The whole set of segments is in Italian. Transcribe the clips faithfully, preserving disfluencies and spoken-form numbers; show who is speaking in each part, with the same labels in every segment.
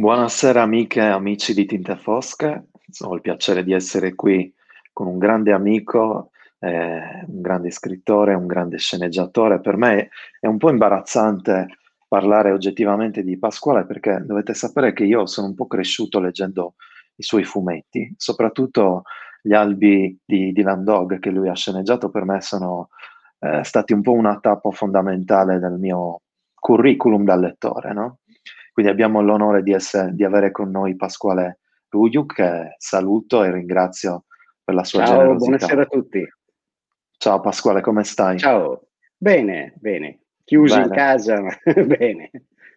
Speaker 1: Buonasera amiche e amici di Tinte Fosche, ho il piacere di essere qui con un grande amico, eh, un grande scrittore, un grande sceneggiatore. Per me è un po' imbarazzante parlare oggettivamente di Pasquale perché dovete sapere che io sono un po' cresciuto leggendo i suoi fumetti, soprattutto gli albi di Dylan Dog che lui ha sceneggiato per me sono eh, stati un po' una tappa fondamentale del mio curriculum da lettore, no? Quindi abbiamo l'onore di, essere- di avere con noi Pasquale Rugiu, che saluto e ringrazio per la sua
Speaker 2: Ciao, buonasera
Speaker 1: generosità.
Speaker 2: a tutti.
Speaker 1: Ciao Pasquale, come stai?
Speaker 2: Ciao. Bene, bene. Chiusi in
Speaker 1: Bene.
Speaker 2: casa, ma bene.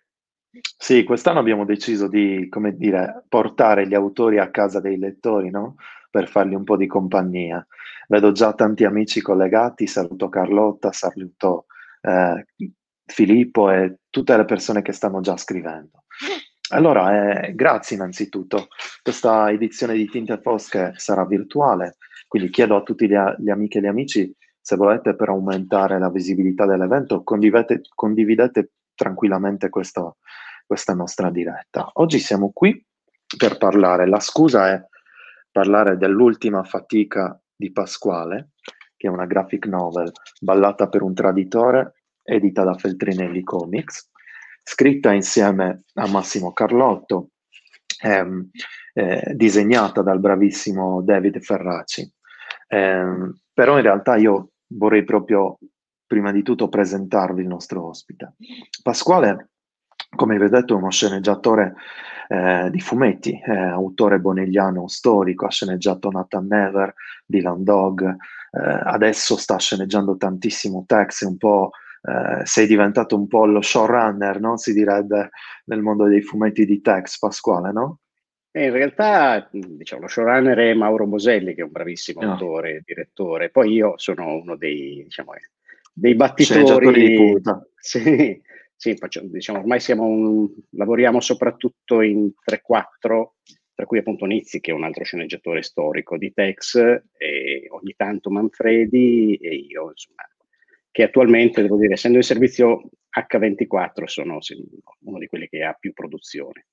Speaker 1: Sì, quest'anno abbiamo deciso di, come dire, portare gli autori a casa dei lettori, no? Per fargli un po' di compagnia. Vedo già tanti amici collegati, saluto Carlotta, saluto eh, Filippo e tutte le persone che stanno già scrivendo. Allora, eh, grazie innanzitutto. Questa edizione di Tinte Fosche sarà virtuale, quindi chiedo a tutti gli, a- gli amici e gli amici, se volete per aumentare la visibilità dell'evento, condividete, condividete tranquillamente questo questa nostra diretta. Oggi siamo qui per parlare, la scusa è parlare dell'ultima fatica di Pasquale, che è una graphic novel ballata per un traditore, edita da Feltrinelli Comics, scritta insieme a Massimo Carlotto, ehm, eh, disegnata dal bravissimo David Ferraci. Ehm, però in realtà io vorrei proprio prima di tutto presentarvi il nostro ospite. Pasquale, come vi ho detto, è uno sceneggiatore eh, di fumetti, è autore bonelliano storico, ha sceneggiato Nathan Never, Dylan Dog, eh, adesso sta sceneggiando tantissimo Tex, è un po', eh, sei diventato un po' lo showrunner, no? Si direbbe nel mondo dei fumetti di Tex, Pasquale, no?
Speaker 2: E in realtà, diciamo, lo showrunner è Mauro Boselli, che è un bravissimo
Speaker 1: No.
Speaker 2: autore e direttore. Poi io sono uno dei, diciamo, eh, dei
Speaker 1: Sceneggiatori di
Speaker 2: battitori.
Speaker 1: punta.
Speaker 2: Sì, sì, faccio- diciamo, ormai siamo un, lavoriamo soprattutto in tre quattro, tra cui appunto Nizzi, che è un altro sceneggiatore storico di Tex, e ogni tanto Manfredi e io, insomma, che attualmente, devo dire, essendo in servizio acca ventiquattro, sono sì, uno di quelli che ha più produzione.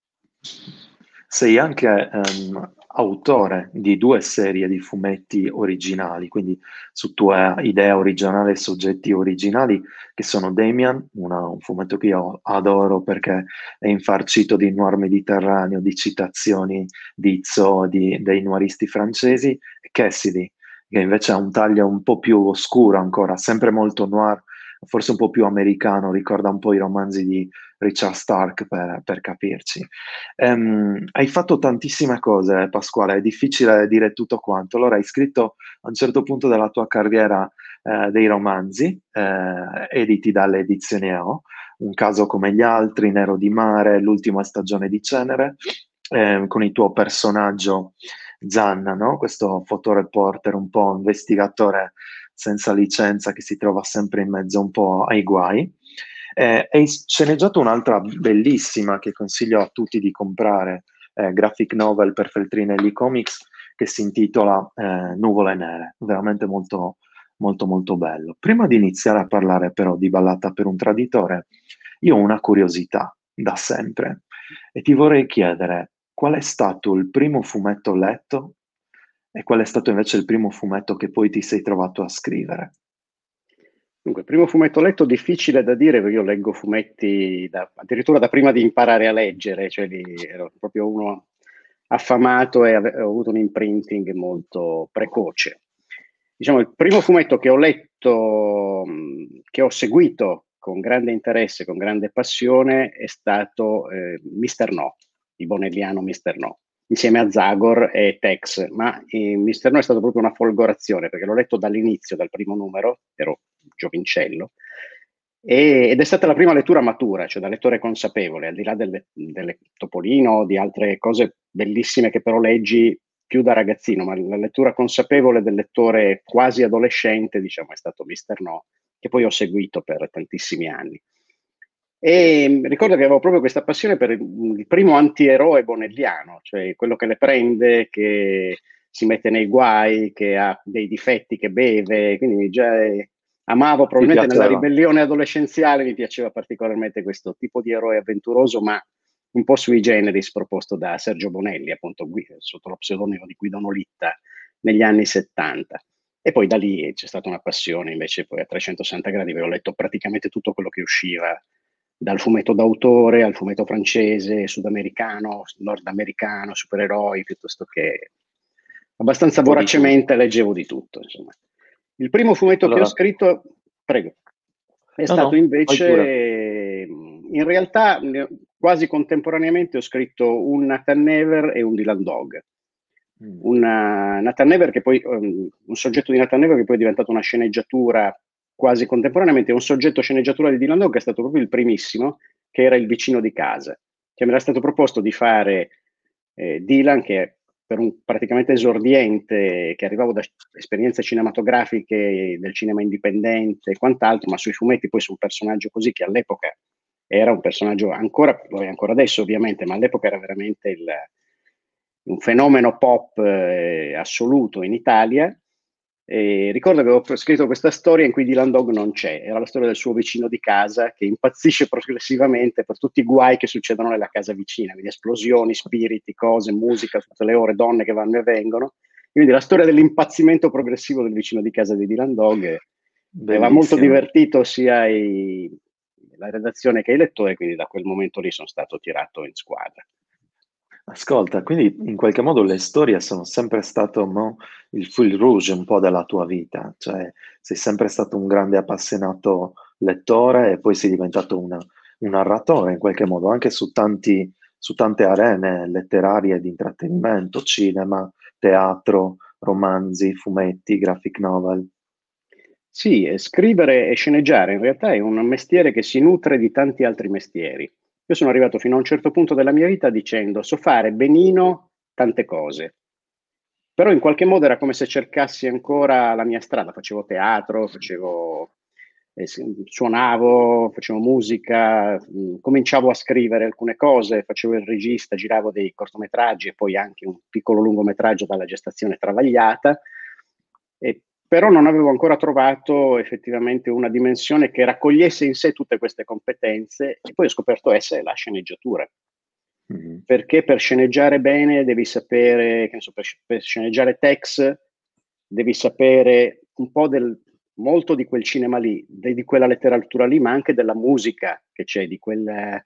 Speaker 1: Sei anche ehm, autore di due serie di fumetti originali, quindi su tua idea originale e soggetti originali, che sono Damian, una- un fumetto che io adoro perché è infarcito di noir mediterraneo, di citazioni di Zo, di- dei noiristi francesi, e Cassidy, che invece ha un taglio un po' più oscuro ancora, sempre molto noir, forse un po' più americano, ricorda un po' i romanzi di Richard Stark per per capirci. Ehm, hai fatto tantissime cose, Pasquale, è difficile dire tutto quanto. Allora, hai scritto a un certo punto della tua carriera eh, dei romanzi, eh, editi dalle edizioni E O, Un caso come gli altri, Nero di mare, L'ultima stagione di Cenere, eh, con il tuo personaggio Zanna, no? Questo fotoreporter, un po' investigatore senza licenza che si trova sempre in mezzo un po' ai guai. Eh, e sceneggiato un'altra bellissima che consiglio a tutti di comprare, eh, graphic novel per Feltrinelli Comics, che si intitola eh, Nuvole Nere, veramente molto, molto, molto bello. Prima di iniziare a parlare però di Ballata per un traditore, io ho una curiosità da sempre e ti vorrei chiedere qual è stato il primo fumetto letto e qual è stato invece il primo fumetto che poi ti sei trovato a scrivere.
Speaker 2: Dunque, primo fumetto letto difficile da dire perché io leggo fumetti da- addirittura da prima di imparare a leggere, cioè di- ero proprio uno affamato e ave- ho avuto un imprinting molto precoce. Diciamo, il primo fumetto che ho letto, mh, che ho seguito con grande interesse, con grande passione, è stato eh, mister No, di Bonelliano mister No, insieme a Zagor e Tex, ma eh, mister No è stato proprio una folgorazione perché l'ho letto dall'inizio, dal primo numero, ero giovincello, e- ed è stata la prima lettura matura, cioè da lettore consapevole, al di là del, del Topolino, di altre cose bellissime che però leggi più da ragazzino, ma la lettura consapevole del lettore quasi adolescente, diciamo, è stato mister No, che poi ho seguito per tantissimi anni. E mh, ricordo che avevo proprio questa passione per il, il primo antieroe bonelliano, cioè quello che le prende, che si mette nei guai, che ha dei difetti, che beve, quindi già eh, amavo
Speaker 1: Ti
Speaker 2: probabilmente nella
Speaker 1: piaceva?
Speaker 2: ribellione adolescenziale, mi piaceva particolarmente questo tipo di eroe avventuroso, ma un po' sui generis proposto da Sergio Bonelli, appunto sotto lo pseudonimo di Guido Nolitta negli anni settanta. E poi da lì c'è stata una passione invece poi a trecentosessanta gradi, avevo letto praticamente tutto quello che usciva, dal fumetto d'autore al fumetto francese, sudamericano, nordamericano, supereroi, piuttosto che abbastanza voracemente leggevo di tutto, insomma. Il primo fumetto allora, che ho scritto, prego, è no, stato no, invece, in realtà quasi contemporaneamente ho scritto un Nathan Never e un Dylan Dog. Mm. Una Nathan Never che poi, um, un soggetto di Nathan Never che poi è diventato una sceneggiatura quasi contemporaneamente, un soggetto sceneggiatura di Dylan Dog che è stato proprio il primissimo, che era il vicino di casa, che mi era stato proposto di fare eh, Dylan, che per un praticamente esordiente, che arrivavo da esperienze cinematografiche del cinema indipendente e quant'altro, ma sui fumetti poi su un personaggio così che all'epoca era un personaggio, ancora, ancora adesso ovviamente, ma all'epoca era veramente il, un fenomeno pop eh, assoluto in Italia. E ricordo che avevo scritto questa storia in cui Dylan Dog non c'è, era la storia del suo vicino di casa che impazzisce progressivamente per tutti i guai che succedono nella casa vicina, quindi esplosioni, spiriti, cose, musica, tutte le ore, donne che vanno e vengono. Quindi la storia dell'impazzimento progressivo del vicino di casa di Dylan Dog aveva molto divertito sia i, la redazione che i lettori, quindi da quel momento lì sono stato tirato in squadra.
Speaker 1: Ascolta, quindi in qualche modo le storie sono sempre stato no, il fil rouge un po' della tua vita, cioè sei sempre stato un grande appassionato lettore e poi sei diventato una, un narratore in qualche modo, anche su, tanti, su tante arene letterarie di intrattenimento, cinema, teatro, romanzi, fumetti, graphic novel.
Speaker 2: Sì, scrivere e sceneggiare in realtà è un mestiere che si nutre di tanti altri mestieri. Io sono arrivato fino a un certo punto della mia vita dicendo so fare benino tante cose, però in qualche modo era come se cercassi ancora la mia strada, facevo teatro, facevo, eh, suonavo, facevo musica, mh, cominciavo a scrivere alcune cose, facevo il regista, giravo dei cortometraggi e poi anche un piccolo lungometraggio dalla gestazione travagliata, e però non avevo ancora trovato effettivamente una dimensione che raccogliesse in sé tutte queste competenze e poi ho scoperto essere la sceneggiatura. Mm-hmm. Perché per sceneggiare bene devi sapere, che ne so, per, per sceneggiare Tex devi sapere un po' del, molto di quel cinema lì, de, di quella letteratura lì, ma anche della musica che c'è, di quel...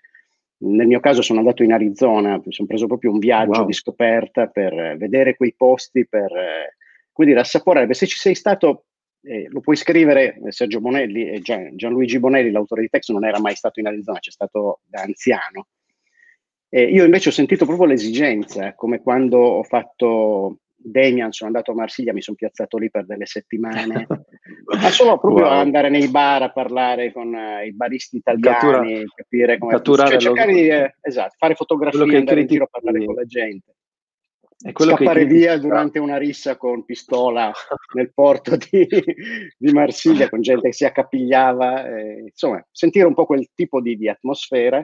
Speaker 2: Nel mio caso sono andato in Arizona, mi sono preso proprio un viaggio wow. di scoperta per vedere quei posti, per... quindi assaporare. Se ci sei stato, eh, lo puoi scrivere, Sergio Bonelli, eh, Gian, Gianluigi Bonelli, l'autore di Tex, non era mai stato in Arizona, c'è stato da anziano. Eh, io invece ho sentito proprio l'esigenza, come quando ho fatto Damian, sono andato a Marsiglia, mi sono piazzato lì per delle settimane, ma solo proprio wow. a andare nei bar a parlare con uh, i baristi italiani, Cattura, capire come cioè, cercare lo... di eh, esatto, fare fotografie, andare in giro a parlare con la gente. Scappare via durante una rissa con pistola nel porto di, di Marsiglia con gente che si accapigliava, eh, insomma, sentire un po' quel tipo di, di atmosfera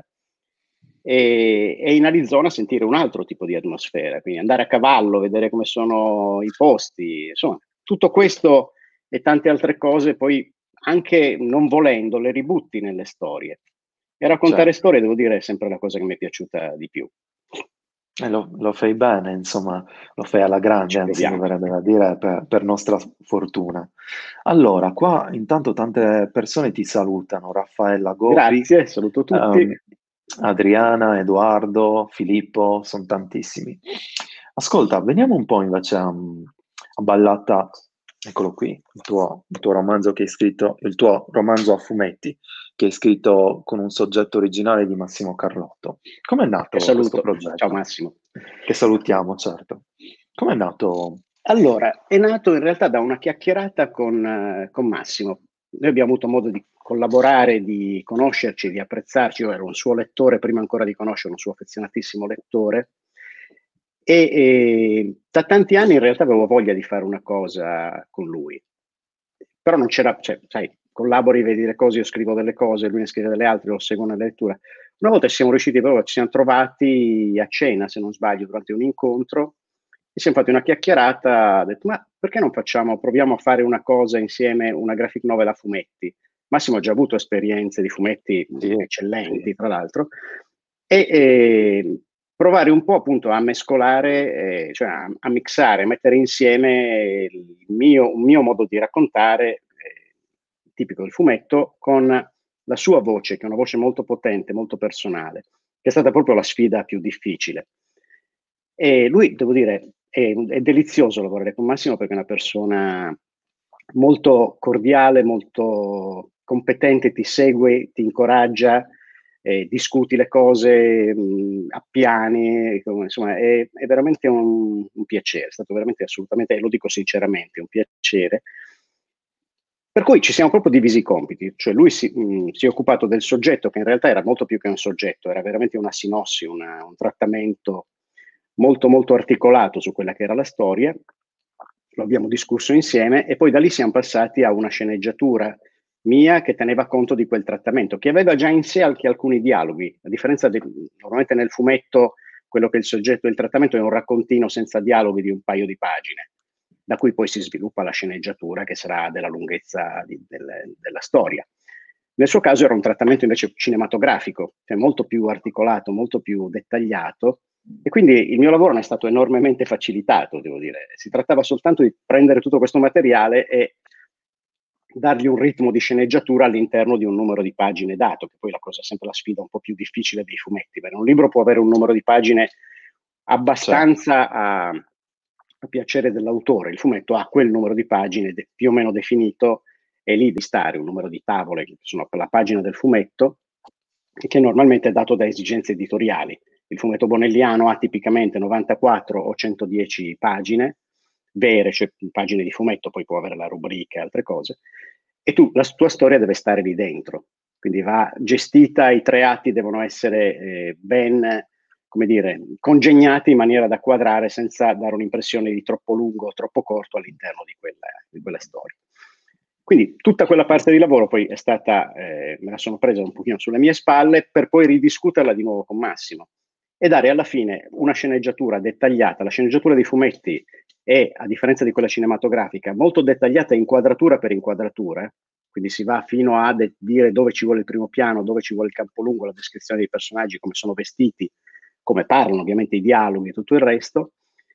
Speaker 2: e, e in Arizona sentire un altro tipo di atmosfera, quindi andare a cavallo, vedere come sono i posti, insomma, tutto questo e tante altre cose poi anche non volendo le ributti nelle storie. E raccontare certo. storie, devo dire, è sempre la cosa che mi è piaciuta di più.
Speaker 1: Eh, lo, lo fai bene, insomma, lo fai alla grande, anzi mi verrebbe da dire per, per nostra fortuna. Allora, qua intanto tante persone ti salutano, Raffaella Gopi,
Speaker 2: grazie, saluto tutti.
Speaker 1: Um, Adriana, Edoardo, Filippo, sono tantissimi. Ascolta, veniamo un po' invece a, a Ballata, eccolo qui, il tuo, il tuo romanzo che hai scritto, il tuo romanzo a fumetti che hai scritto con un soggetto originale di Massimo Carlotto. Com'è nato questo progetto?
Speaker 2: Ciao Massimo.
Speaker 1: Che salutiamo, certo. Com'è nato?
Speaker 2: Allora, è nato in realtà da una chiacchierata con, uh, con Massimo. Noi abbiamo avuto modo di collaborare, di conoscerci, di apprezzarci. Io ero un suo lettore, prima ancora di conoscere, un suo affezionatissimo lettore. E, e da tanti anni in realtà avevo voglia di fare una cosa con lui. Però non c'era, cioè, sai, collabori, vedi le cose, io scrivo delle cose, lui ne scrive delle altre, lo seguo nella lettura. Una volta ci siamo riusciti, proprio, ci siamo trovati a cena, se non sbaglio, durante un incontro, e siamo fatti una chiacchierata, ho detto, ma perché non facciamo, proviamo a fare una cosa insieme, una graphic novel a fumetti? Massimo ha già avuto esperienze di fumetti sì, eccellenti, sì. tra l'altro, e eh, provare un po' appunto a mescolare, eh, cioè a, a mixare, a mettere insieme il mio, un mio modo di raccontare, eh, tipico del fumetto, con la sua voce, che è una voce molto potente, molto personale, che è stata proprio la sfida più difficile. E lui, devo dire, è, è delizioso lavorare con Massimo perché è una persona molto cordiale, molto competente, ti segue, ti incoraggia, eh, discuti le cose, mh, appiani, insomma, è, è veramente un, un piacere, è stato veramente assolutamente, lo dico sinceramente, un piacere. Per cui ci siamo proprio divisi i compiti, cioè lui si, mh, si è occupato del soggetto che in realtà era molto più che un soggetto, era veramente una sinossi, una, un trattamento molto molto articolato su quella che era la storia, lo abbiamo discusso insieme e poi da lì siamo passati a una sceneggiatura mia che teneva conto di quel trattamento, che aveva già in sé anche alcuni dialoghi, a differenza di, normalmente nel fumetto quello che è il soggetto del trattamento è un raccontino senza dialoghi di un paio di pagine, da cui poi si sviluppa la sceneggiatura che sarà della lunghezza di, del, della storia. Nel suo caso era un trattamento invece cinematografico, cioè molto più articolato, molto più dettagliato, e quindi il mio lavoro ne è stato enormemente facilitato, devo dire. Si trattava soltanto di prendere tutto questo materiale e dargli un ritmo di sceneggiatura all'interno di un numero di pagine dato, che poi la cosa è sempre la sfida un po' più difficile dei fumetti, perché un libro può avere un numero di pagine abbastanza certo. a, a piacere dell'autore, il fumetto ha quel numero di pagine de- più o meno definito e lì di stare un numero di tavole che sono per la pagina del fumetto, che normalmente è dato da esigenze editoriali. Il fumetto bonelliano ha tipicamente novantaquattro o centodieci pagine vere, cioè pagine di fumetto, poi può avere la rubrica e altre cose, e tu, la tua storia deve stare lì dentro, quindi va gestita, i tre atti devono essere eh, ben, come dire, congegnati in maniera da quadrare senza dare un'impressione di troppo lungo o troppo corto all'interno di quella, di quella storia. Quindi tutta quella parte di lavoro poi è stata, eh, me la sono presa un pochino sulle mie spalle per poi ridiscuterla di nuovo con Massimo e dare alla fine una sceneggiatura dettagliata. La sceneggiatura dei fumetti è, a differenza di quella cinematografica, molto dettagliata inquadratura per inquadratura, quindi si va fino a de- dire dove ci vuole il primo piano, dove ci vuole il campo lungo, la descrizione dei personaggi, come sono vestiti, come parlano, ovviamente i dialoghi e tutto il resto,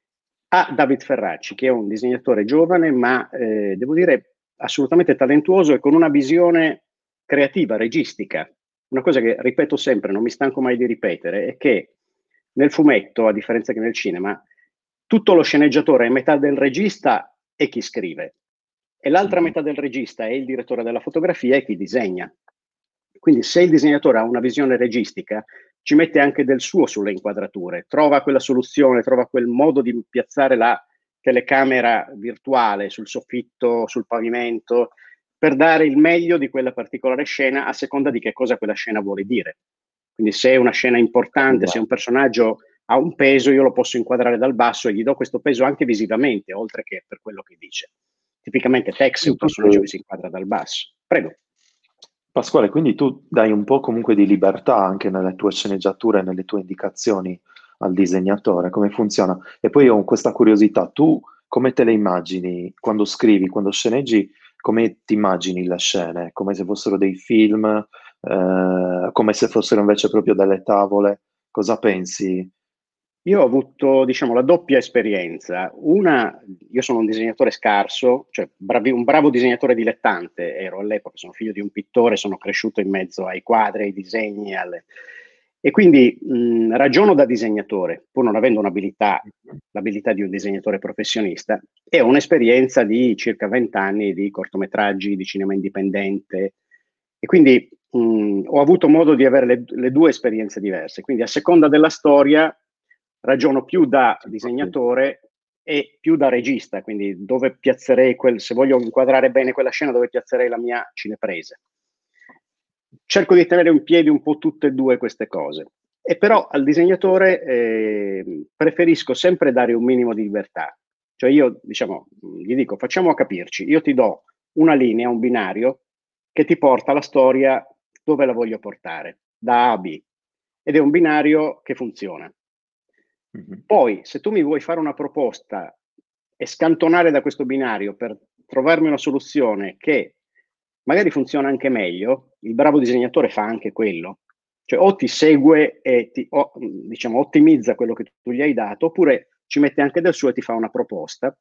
Speaker 2: a David Ferracci, che è un disegnatore giovane, ma eh, devo dire assolutamente talentuoso e con una visione creativa, registica. Una cosa che ripeto sempre, non mi stanco mai di ripetere, è che nel fumetto, a differenza che nel cinema, tutto lo sceneggiatore è metà del regista e chi scrive, e l'altra metà del regista è il direttore della fotografia e chi disegna. Quindi se il disegnatore ha una visione registica, ci mette anche del suo sulle inquadrature, trova quella soluzione, trova quel modo di piazzare la telecamera virtuale sul soffitto, sul pavimento, per dare il meglio di quella particolare scena a seconda di che cosa quella scena vuole dire. Quindi se è una scena importante, se un personaggio ha un peso, io lo posso inquadrare dal basso e gli do questo peso anche visivamente, oltre che per quello che dice. Tipicamente Tex è un personaggio che si inquadra dal basso. Prego.
Speaker 1: Pasquale, quindi tu dai un po' comunque di libertà anche nelle tue sceneggiature, nelle tue indicazioni al disegnatore, come funziona? E poi ho questa curiosità, tu come te le immagini quando scrivi, quando sceneggi, come ti immagini le scene? Come se fossero dei film, eh, come se fossero invece proprio delle tavole? Cosa pensi?
Speaker 2: Io ho avuto, diciamo, la doppia esperienza. Una, io sono un disegnatore scarso, cioè bravi- un bravo disegnatore dilettante, ero all'epoca, sono figlio di un pittore, sono cresciuto in mezzo ai quadri, ai disegni, alle... e quindi mh, ragiono da disegnatore, pur non avendo un'abilità, l'abilità di un disegnatore professionista, e ho un'esperienza di circa venti anni di cortometraggi, di cinema indipendente, e quindi mh, ho avuto modo di avere le, le due esperienze diverse. Quindi a seconda della storia ragiono più da disegnatore e più da regista, quindi dove piazzerei quel, se voglio inquadrare bene quella scena, dove piazzerei la mia cinepresa. Cerco di tenere in piedi un po' tutte e due queste cose. E però al disegnatore eh, preferisco sempre dare un minimo di libertà. Cioè io, diciamo, gli dico, facciamo a capirci, io ti do una linea, un binario, che ti porta la storia dove la voglio portare, da A a B. Ed è un binario che funziona.
Speaker 1: Mhm.
Speaker 2: Poi, se tu mi vuoi fare una proposta e scantonare da questo binario per trovarmi una soluzione che magari funziona anche meglio, il bravo disegnatore fa anche quello, Cioè o ti segue e ti, o, diciamo, ottimizza quello che tu gli hai dato, oppure ci mette anche del suo e ti fa una proposta.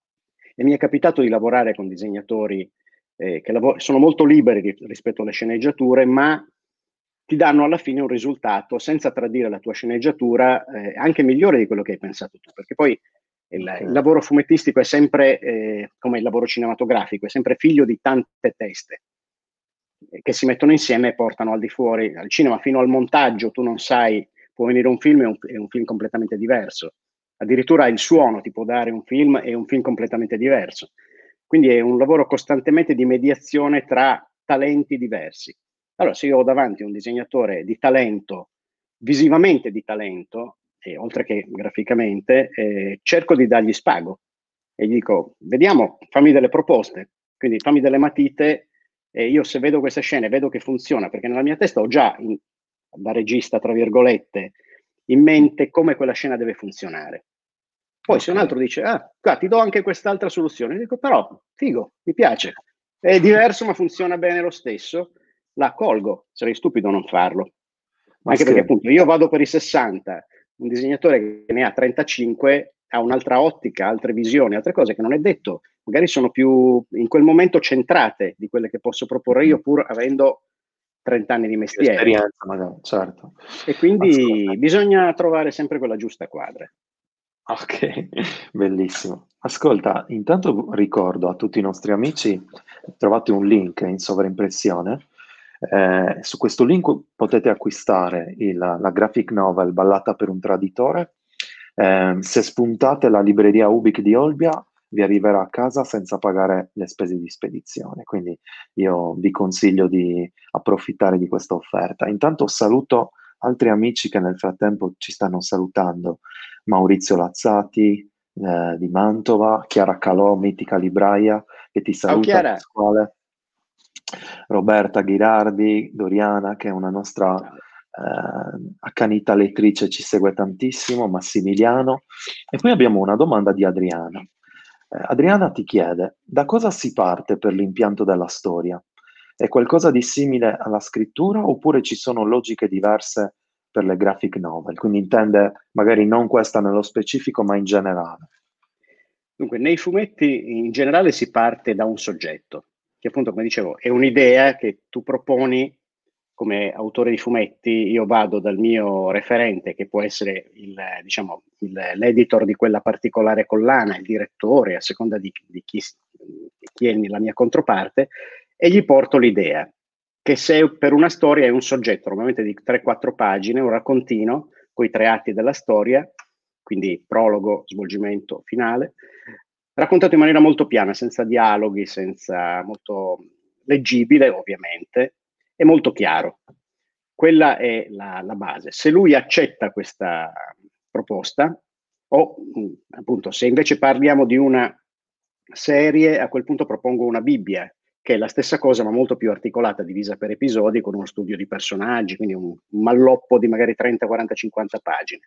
Speaker 2: E mi è capitato di lavorare con disegnatori eh, che lav- sono molto liberi rispetto alle sceneggiature, ma ti danno alla fine un risultato senza tradire la tua sceneggiatura, eh, anche migliore di quello che hai pensato tu, perché poi il,
Speaker 1: Ok.
Speaker 2: il lavoro fumettistico è sempre, eh, come il lavoro cinematografico, è sempre figlio di tante teste eh, che si mettono insieme e portano al di fuori. Al cinema fino al montaggio tu non sai, può venire un film e un, è un film completamente diverso. Addirittura il suono ti può dare un film e un film completamente diverso. Quindi è un lavoro costantemente di mediazione tra talenti diversi. Allora, se io ho davanti un disegnatore di talento, visivamente di talento, e oltre che graficamente, eh, cerco di dargli spago e gli dico, vediamo, fammi delle proposte, quindi fammi delle matite e io se vedo questa scena e vedo che funziona, perché nella mia testa ho già, in, da regista, tra virgolette, in mente come quella scena deve funzionare. Poi se un
Speaker 1: Ok.
Speaker 2: altro dice, ah, qua ti do anche quest'altra soluzione, dico, però, figo, mi piace, è diverso ma funziona bene lo stesso, la colgo, sarei stupido a non farlo.
Speaker 1: Ma
Speaker 2: Anche perché
Speaker 1: scherzi.
Speaker 2: appunto io vado per i sessanta, un disegnatore che ne ha trentacinque ha un'altra ottica, altre visioni, altre cose che non è detto, magari sono più in quel momento centrate di quelle che posso proporre io pur avendo trenta anni di
Speaker 1: Più
Speaker 2: mestiere.
Speaker 1: esperienza magari, certo.
Speaker 2: E quindi
Speaker 1: Ascolta,
Speaker 2: bisogna trovare sempre quella giusta quadra.
Speaker 1: ok, bellissimo. Ascolta, intanto ricordo a tutti i nostri amici, trovate un link in sovraimpressione. Eh, su questo link potete acquistare il- la graphic novel Ballata per un traditore. Eh, se spuntate la libreria Ubik di Olbia, vi arriverà a casa senza pagare le spese di spedizione. Quindi io vi consiglio di approfittare di questa offerta. Intanto saluto altri amici che nel frattempo ci stanno salutando. Maurizio Lazzati eh, di Mantova, Chiara Calò, mitica libraia, che ti
Speaker 2: Ciao
Speaker 1: saluta,
Speaker 2: Chiara.
Speaker 1: Pasquale, Roberta Ghirardi, Doriana, che è una nostra
Speaker 2: Ciao.
Speaker 1: eh, accanita lettrice, ci segue tantissimo, Massimiliano. E poi abbiamo una domanda di Adriana. Eh, Adriana ti chiede, da cosa si parte per l'impianto della storia? È qualcosa di simile alla scrittura oppure ci sono logiche diverse per le graphic novel? Quindi intende magari non questa nello specifico, ma in generale.
Speaker 2: Dunque, nei fumetti in generale si parte da un soggetto, che appunto, come dicevo, è un'idea che tu proponi come autore di fumetti. Io vado dal mio referente, che può essere il, diciamo, il- l'editor di quella particolare collana, il direttore, a seconda di, di chi, di chi è la mia controparte, e gli porto l'idea, che se per una storia è un soggetto, normalmente di tre quattro pagine, un raccontino, con i tre atti della storia, quindi prologo, svolgimento, finale, raccontato in maniera molto piana, senza dialoghi, senza molto leggibile, ovviamente, e molto chiaro. Quella è la, la base. Se lui accetta questa proposta, o mh, appunto, se invece parliamo di una serie, a quel punto propongo una Bibbia, che è la stessa cosa, ma molto più articolata, divisa per episodi, con uno studio di personaggi, quindi un, un malloppo di magari trenta, quaranta, cinquanta pagine.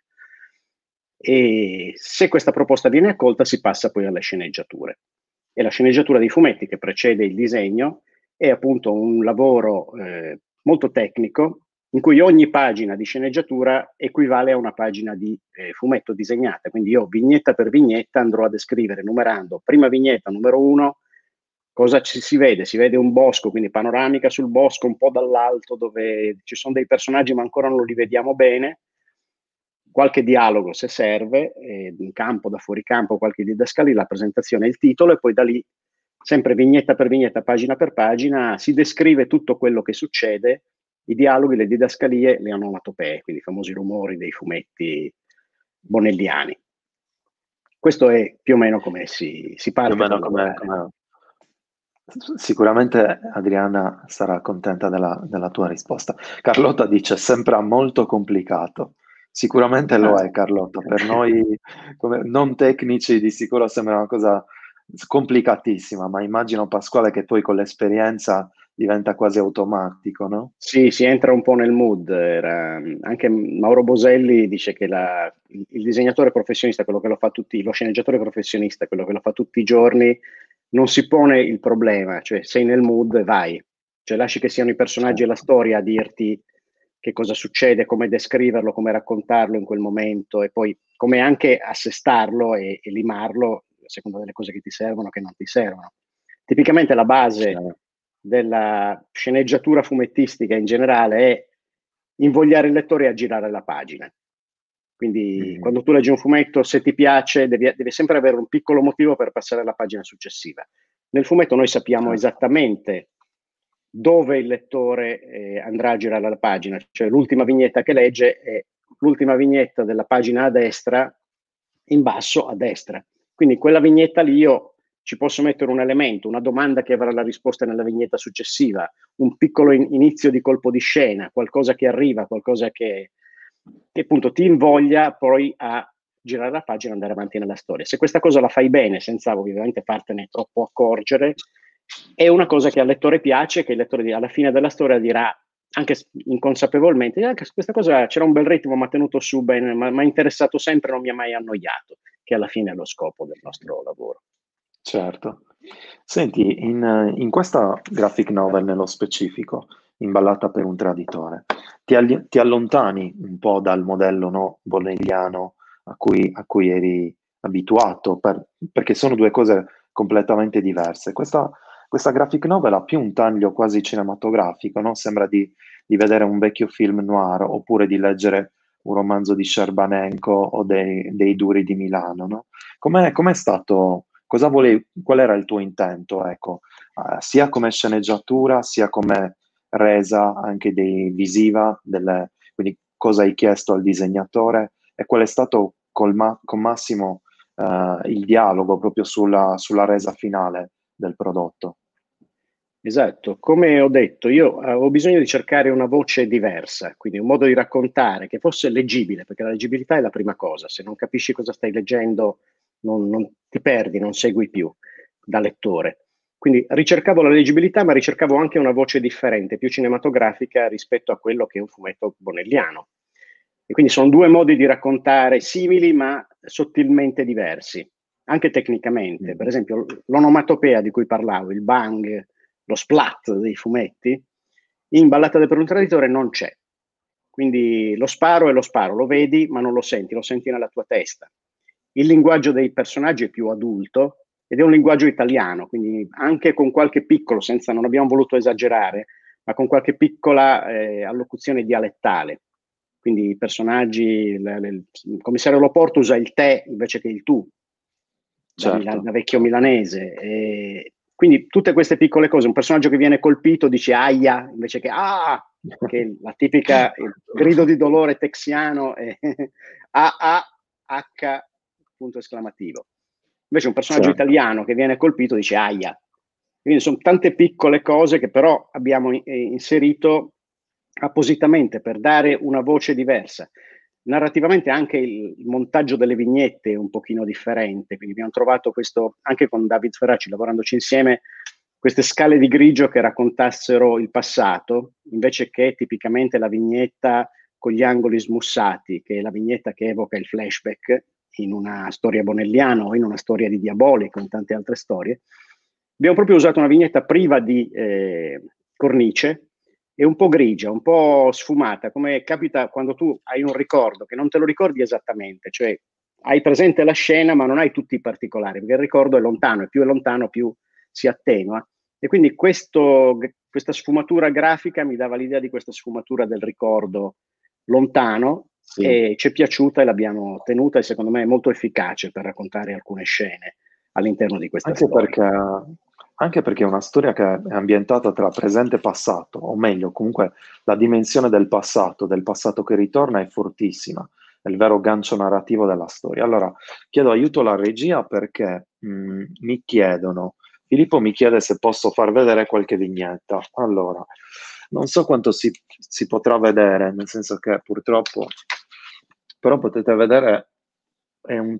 Speaker 2: E se questa proposta viene accolta, si passa poi alle sceneggiature. E la sceneggiatura dei fumetti, che precede il disegno, è appunto un lavoro eh, molto tecnico, in cui ogni pagina di sceneggiatura equivale a una pagina di eh, fumetto disegnata. Quindi io vignetta per vignetta andrò a descrivere, numerando, prima vignetta, numero uno, cosa ci si vede? Si vede un bosco, quindi panoramica sul bosco un po' dall'alto, dove ci sono dei personaggi ma ancora non li vediamo bene, qualche dialogo se serve, eh, in campo, da fuori campo, qualche didascalia, la presentazione, il titolo, e poi da lì, sempre vignetta per vignetta, pagina per pagina, si descrive tutto quello che succede, i dialoghi, le didascalie, le onomatopee, quindi i famosi rumori dei fumetti bonelliani. Questo è più o meno come si, si
Speaker 1: Più o
Speaker 2: parte per
Speaker 1: meno come,
Speaker 2: lavorare.
Speaker 1: come- Sicuramente Adriana sarà contenta della, della tua risposta. Carlotta dice sembra molto complicato. Sicuramente lo
Speaker 2: Ah.
Speaker 1: è, Carlotta. Per noi come non tecnici di sicuro sembra una cosa complicatissima, ma immagino Pasquale che poi con l'esperienza diventa quasi automatico, no?
Speaker 2: Sì, si entra un po' nel mood. Era, anche Mauro Boselli dice che la- il, il disegnatore professionista, quello che lo fa tutti, lo sceneggiatore professionista, quello che lo fa tutti i giorni, non si pone il problema, cioè sei nel mood e vai, cioè lasci che siano i
Speaker 1: Cioè,
Speaker 2: personaggi e la storia a dirti che cosa succede, come descriverlo, come raccontarlo in quel momento e poi come anche assestarlo e, e limarlo a seconda delle cose che ti servono, che non ti servono. Tipicamente la base
Speaker 1: Cioè,
Speaker 2: della sceneggiatura fumettistica in generale è invogliare il lettore a girare la pagina. Quindi
Speaker 1: mm,
Speaker 2: quando tu leggi un fumetto, se ti piace, devi, devi sempre avere un piccolo motivo per passare alla pagina successiva. Nel fumetto noi sappiamo
Speaker 1: certo.
Speaker 2: esattamente dove il lettore eh, andrà a girare la pagina, cioè l'ultima vignetta che legge è l'ultima vignetta della pagina a destra, in basso a destra. Quindi quella vignetta lì io ci posso mettere un elemento, una domanda che avrà la risposta nella vignetta successiva, un piccolo in- inizio di colpo di scena, qualcosa che arriva, qualcosa che, che appunto ti invoglia poi a girare la pagina e andare avanti nella storia. Se questa cosa la fai bene, senza ovviamente fartene troppo accorgere, è una cosa che al lettore piace, che il lettore alla fine della storia dirà, anche inconsapevolmente, anche questa cosa c'era un bel ritmo, mi ha tenuto su bene, mi ha interessato sempre, non mi ha mai annoiato, che alla fine è lo scopo del nostro lavoro.
Speaker 1: Certo. Senti, in, in questa graphic novel nello specifico, Imballata per un traditore, ti, alli- ti allontani un po' dal modello, no, bonelliano a cui, a cui eri abituato, per- perché sono due cose completamente diverse. Questa, questa graphic novel ha più un taglio quasi cinematografico, no? Sembra di, di vedere un vecchio film noir oppure di leggere un romanzo di Scerbanenko o dei, dei Duri di Milano, no? Com'è, com'è stato? Cosa volevi, qual era il tuo intento, ecco, eh, sia come sceneggiatura, sia come resa anche dei, visiva, delle, quindi cosa hai chiesto al disegnatore e qual è stato col ma- con Massimo eh, il dialogo proprio sulla, sulla resa finale del prodotto.
Speaker 2: Esatto, come ho detto, io avevo bisogno di cercare una voce diversa, quindi un modo di raccontare che fosse leggibile, perché la leggibilità è la prima cosa, se non capisci cosa stai leggendo non, non ti perdi, non segui più da lettore. Quindi ricercavo la leggibilità, ma ricercavo anche una voce differente, più cinematografica rispetto a quello che è un fumetto bonelliano. E quindi sono due modi di raccontare simili, ma sottilmente diversi, anche tecnicamente. Per
Speaker 1: Mhm.
Speaker 2: esempio, l'onomatopea di cui parlavo, il bang, lo splat dei fumetti, in Ballata del traditore non c'è. Quindi lo sparo è lo sparo, lo vedi ma non lo senti, lo senti nella tua testa. Il linguaggio dei personaggi è più adulto ed è un linguaggio italiano, quindi anche con qualche piccolo, senza, non abbiamo voluto esagerare, ma con qualche piccola eh, allocuzione dialettale. Quindi i personaggi, il, il, il commissario Loporto usa il te invece che il tu, da, Mila-
Speaker 1: Certo,
Speaker 2: da vecchio
Speaker 1: certo.
Speaker 2: milanese. E quindi tutte queste piccole cose, un personaggio che viene colpito dice aia invece che ah, che è la tipica il grido di dolore texiano è A A H punto esclamativo. Invece un personaggio
Speaker 1: Certo.
Speaker 2: italiano che viene colpito dice aia. Quindi sono tante piccole cose che però abbiamo eh, inserito appositamente per dare una voce diversa. Narrativamente anche il, il montaggio delle vignette è un pochino differente, quindi abbiamo trovato questo, anche con David Ferracci, lavorandoci insieme, queste scale di grigio che raccontassero il passato, invece che tipicamente la vignetta con gli angoli smussati, che è la vignetta che evoca il flashback in una storia bonelliana o in una storia di Diabolico, in tante altre storie. Abbiamo proprio usato una vignetta priva di eh, cornice e un po' grigia, un po' sfumata, come capita quando tu hai un ricordo che non te lo ricordi esattamente, cioè hai presente la scena ma non hai tutti i particolari, perché il ricordo è lontano e più è lontano più si attenua. E quindi questo, questa sfumatura grafica mi dava l'idea di questa sfumatura del ricordo lontano
Speaker 1: Sì.
Speaker 2: e ci è piaciuta e l'abbiamo tenuta e secondo me è molto efficace per raccontare alcune scene all'interno di questa
Speaker 1: Anche
Speaker 2: storia.
Speaker 1: perché, anche perché è una storia che è ambientata tra presente e passato, o meglio, comunque la dimensione del passato, del passato che ritorna è fortissima, è il vero gancio narrativo della storia. Allora, chiedo aiuto alla regia perché mh, mi chiedono, Filippo mi chiede se posso far vedere qualche vignetta. Allora, non so quanto si, si potrà vedere, nel senso che purtroppo, però potete vedere, è un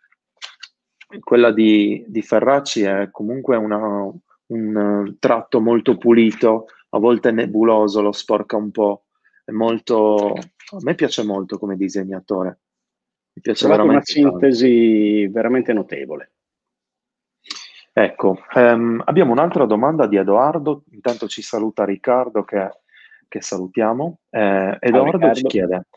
Speaker 1: quella di, di Ferracci è comunque una- un eh, tratto molto pulito, a volte nebuloso, lo sporca un po', è molto, a me piace molto come disegnatore, mi
Speaker 2: Ho
Speaker 1: piace
Speaker 2: trovato una
Speaker 1: veramente tanto.
Speaker 2: sintesi veramente notevole.
Speaker 1: Ecco, ehm, abbiamo un'altra domanda di Edoardo, intanto ci saluta Riccardo che che salutiamo. Eh,
Speaker 2: Ciao
Speaker 1: Edoardo ci
Speaker 2: Riccardo.
Speaker 1: chiede: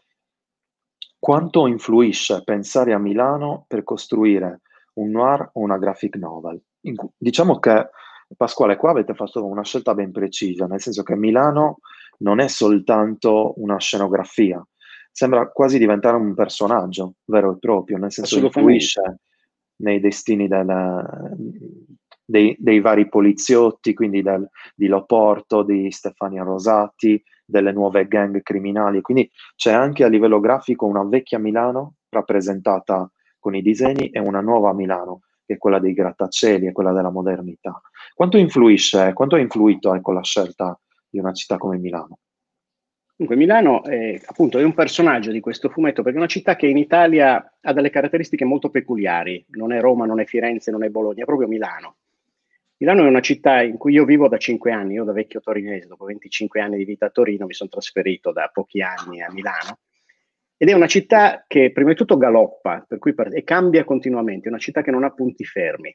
Speaker 1: quanto influisce pensare a Milano per costruire un noir o una graphic novel? In cu- diciamo che, Pasquale, qua avete fatto una scelta ben precisa, nel senso che Milano non è soltanto una scenografia, sembra quasi diventare un personaggio vero e proprio, nel senso
Speaker 2: Assolutamente.
Speaker 1: influisce nei destini del- dei, dei vari poliziotti, quindi del- di Loporto, di Stefania Rosati, delle nuove gang criminali. Quindi c'è anche a livello grafico una vecchia Milano rappresentata con i disegni e una nuova Milano, che è quella dei grattacieli e quella della modernità. Quanto influisce, quanto ha influito, ecco, la scelta di una città come Milano?
Speaker 2: Dunque, Milano è, appunto, è un personaggio di questo fumetto perché è una città che in Italia ha delle caratteristiche molto peculiari. Non è Roma, non è Firenze, non è Bologna, è proprio Milano. Milano è una città in cui io vivo da cinque anni, io da vecchio torinese, dopo venticinque anni di vita a Torino, mi sono trasferito da pochi anni a Milano. Ed è una città che prima di tutto galoppa, per cui per- e cambia continuamente, è una città che non ha punti fermi.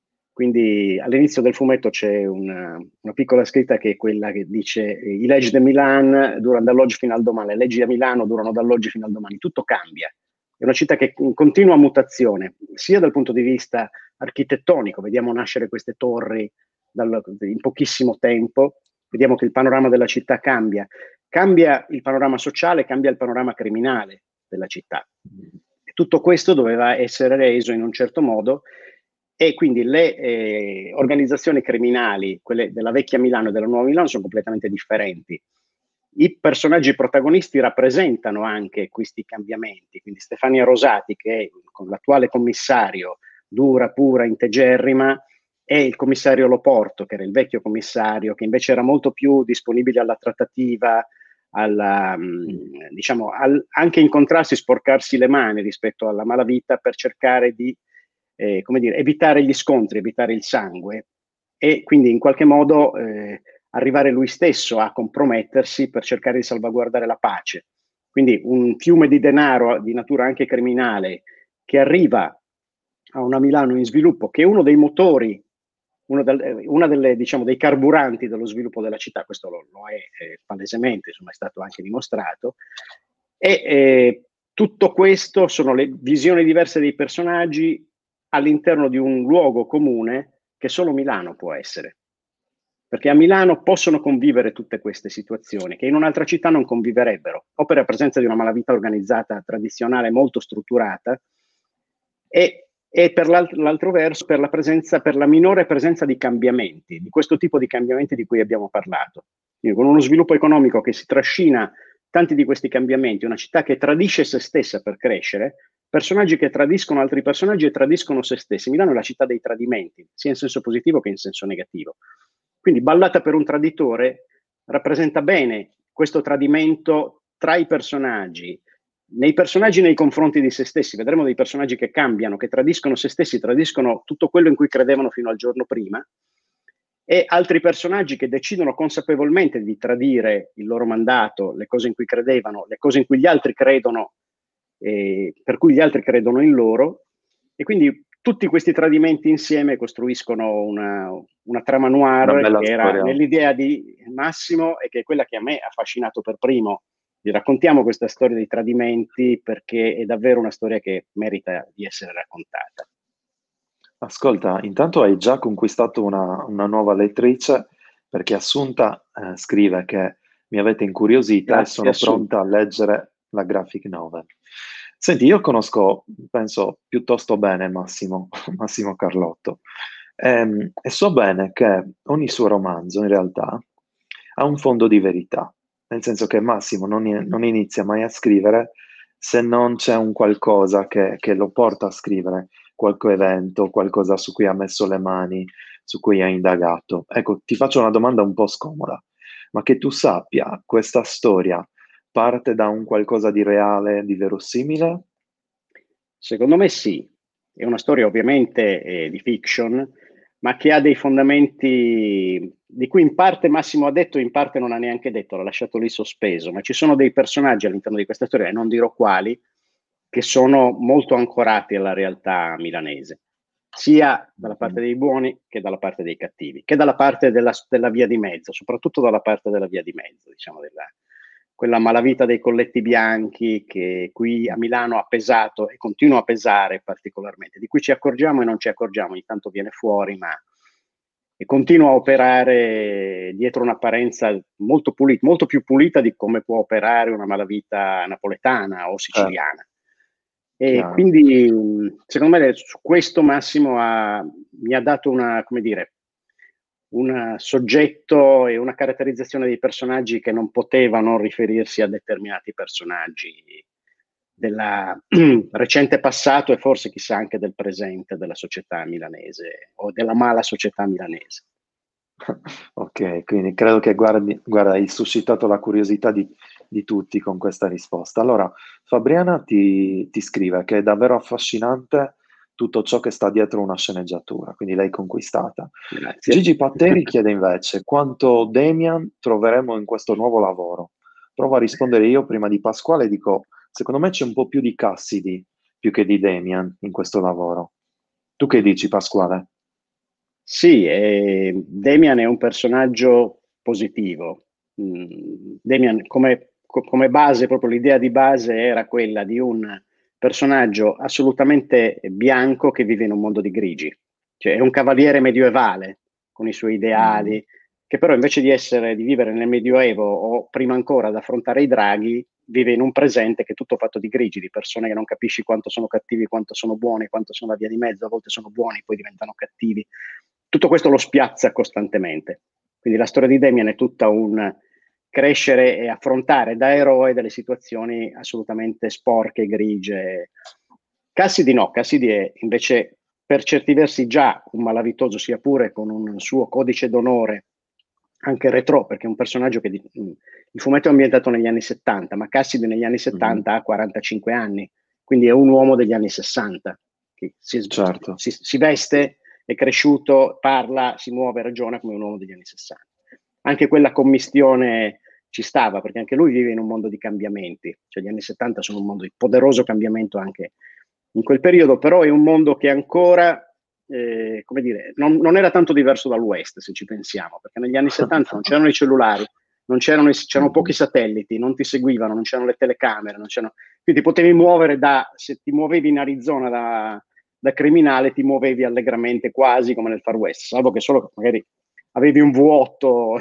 Speaker 2: Quindi all'inizio del fumetto c'è una, una piccola scritta che è quella che dice eh, i leggi di Milan durano dall'oggi fino al domani, le leggi a Milano durano dall'oggi fino al domani, tutto cambia. È una città che è in continua mutazione, sia dal punto di vista architettonico, vediamo nascere queste torri dal- in pochissimo tempo, vediamo che il panorama della città cambia, cambia il panorama sociale, cambia il panorama criminale della città. E tutto questo doveva essere reso in un certo modo e quindi le eh, organizzazioni criminali, quelle della vecchia Milano e della nuova Milano, sono completamente differenti. I personaggi protagonisti rappresentano anche questi cambiamenti, quindi Stefania Rosati, che è con l'attuale commissario, dura, pura, integerrima, e il commissario Loporto, che era il vecchio commissario, che invece era molto più disponibile alla trattativa, alla, mh, diciamo, al, anche incontrarsi, sporcarsi le mani rispetto alla malavita per cercare di eh, come dire, evitare gli scontri, evitare il sangue e quindi in qualche modo eh, arrivare lui stesso a compromettersi per cercare di salvaguardare la pace. Quindi un fiume di denaro di natura anche criminale che arriva a una Milano in sviluppo, che è uno dei motori, uno del, una delle, diciamo, dei carburanti dello sviluppo della città, questo lo, lo è eh, palesemente, insomma è stato anche dimostrato, e eh, tutto questo sono le visioni diverse dei personaggi all'interno di un luogo comune che solo Milano può essere. Perché a Milano possono convivere tutte queste situazioni che in un'altra città non conviverebbero, o per la presenza di una malavita organizzata tradizionale molto strutturata, e, e per l'altro verso per la presenza, per la minore presenza di cambiamenti, di questo tipo di cambiamenti di cui abbiamo parlato. Quindi con uno sviluppo economico che si trascina tanti di questi cambiamenti, una città che tradisce se stessa per crescere, personaggi che tradiscono altri personaggi e tradiscono se stessi. Milano è la città dei tradimenti, sia in senso positivo che in senso negativo. Quindi Ballata per un traditore rappresenta bene questo tradimento tra i personaggi, nei personaggi nei confronti di se stessi. Vedremo dei personaggi che cambiano, che tradiscono se stessi, tradiscono tutto quello in cui credevano fino al giorno prima, e altri personaggi che decidono consapevolmente di tradire il loro mandato, le cose in cui credevano, le cose in cui gli altri credono, eh, per cui gli altri credono in loro, e quindi tutti questi tradimenti insieme costruiscono una, una trama
Speaker 1: Una
Speaker 2: noir
Speaker 1: bella
Speaker 2: che era
Speaker 1: storia.
Speaker 2: nell'idea di Massimo e che è quella che a me ha affascinato per primo. Vi raccontiamo questa storia dei tradimenti perché è davvero una storia che merita di essere raccontata.
Speaker 1: Ascolta, intanto hai già conquistato una, una nuova lettrice perché Assunta eh, scrive che mi avete incuriosita e
Speaker 2: Grazie
Speaker 1: sono
Speaker 2: Assunta.
Speaker 1: pronta a leggere la graphic novel. Senti, io conosco, penso, piuttosto bene Massimo, Massimo Carlotto, ehm, e so bene che ogni suo romanzo in realtà ha un fondo di verità, nel senso che Massimo non, non inizia mai a scrivere se non c'è un qualcosa che, che lo porta a scrivere, qualche evento, qualcosa su cui ha messo le mani, su cui ha indagato. Ecco, ti faccio una domanda un po' scomoda, ma che tu sappia, questa storia parte da un qualcosa di reale, di verosimile?
Speaker 2: Secondo me sì, è una storia ovviamente eh, di fiction, ma che ha dei fondamenti di cui in parte Massimo ha detto, in parte non ha neanche detto, l'ha lasciato lì sospeso, ma ci sono dei personaggi all'interno di questa storia, e non dirò quali, che sono molto ancorati alla realtà milanese. sia dalla parte dei buoni che dalla parte dei cattivi, che dalla parte della, della via di mezzo, soprattutto dalla parte della via di mezzo, diciamo, della, quella malavita dei colletti bianchi che qui a Milano ha pesato e continua a pesare particolarmente, di cui ci accorgiamo e non ci accorgiamo, ogni tanto viene fuori, ma e continua a operare dietro un'apparenza molto pulita, molto più pulita di come può operare una malavita napoletana o
Speaker 1: Certo,
Speaker 2: siciliana. E
Speaker 1: chiaro.
Speaker 2: quindi, secondo me, su questo Massimo ha, mi ha dato una, come dire, un soggetto e una caratterizzazione dei personaggi che non potevano riferirsi a determinati personaggi del recente passato e forse chissà anche del presente della società milanese o della mala società milanese.
Speaker 1: Ok, quindi credo che guardi, guarda, hai suscitato la curiosità di, di tutti con questa risposta. Allora, Fabriana ti, ti scrive che è davvero affascinante tutto ciò che sta dietro una sceneggiatura, quindi l'hai conquistata.
Speaker 2: Grazie.
Speaker 1: Gigi Patteri chiede invece quanto Damian troveremo in questo nuovo lavoro. Provo a rispondere io prima di Pasquale e dico, secondo me c'è un po' più di Cassidy più che di Damian in questo lavoro. Tu che dici, Pasquale?
Speaker 2: Sì, eh, Damian è un personaggio positivo. Mm, Damian come, co- come base, proprio l'idea di base era quella di un personaggio assolutamente bianco che vive in un mondo di grigi. Cioè è un cavaliere medievale con i suoi
Speaker 1: Mm,
Speaker 2: ideali, che però invece di essere, di vivere nel Medioevo o prima ancora ad affrontare i draghi, vive in un presente che è tutto fatto di grigi, di persone che non capisci quanto sono cattivi, quanto sono buoni, quanto sono la via di mezzo, a volte sono buoni, poi diventano cattivi. Tutto questo lo spiazza costantemente. Quindi la storia di Damien è tutta un crescere e affrontare da eroe delle situazioni assolutamente sporche, grigie. Cassidy no, Cassidy è invece per certi versi già un malavitoso, sia pure con un suo codice d'onore anche retro, perché è un personaggio che di, il fumetto è ambientato negli anni settanta, ma Cassidy negli anni
Speaker 1: mhm,
Speaker 2: settanta ha quarantacinque anni, quindi è un uomo degli anni sessanta, che si,
Speaker 1: certo.
Speaker 2: si, si veste, è cresciuto, parla, si muove, ragiona come un uomo degli anni sessanta. Anche quella commistione ci stava, perché anche lui vive in un mondo di cambiamenti, cioè gli anni settanta sono un mondo di poderoso cambiamento anche in quel periodo, però è un mondo che ancora, eh, come dire, non, non era tanto diverso dall'West, se ci pensiamo, perché negli anni settanta non c'erano i cellulari, non c'erano, i, c'erano pochi
Speaker 1: Mhm,
Speaker 2: satelliti, non ti seguivano, non c'erano le telecamere, non c'erano, quindi ti potevi muovere da, se ti muovevi in Arizona da, da criminale, ti muovevi allegramente quasi come nel Far West, salvo che solo magari avevi un V otto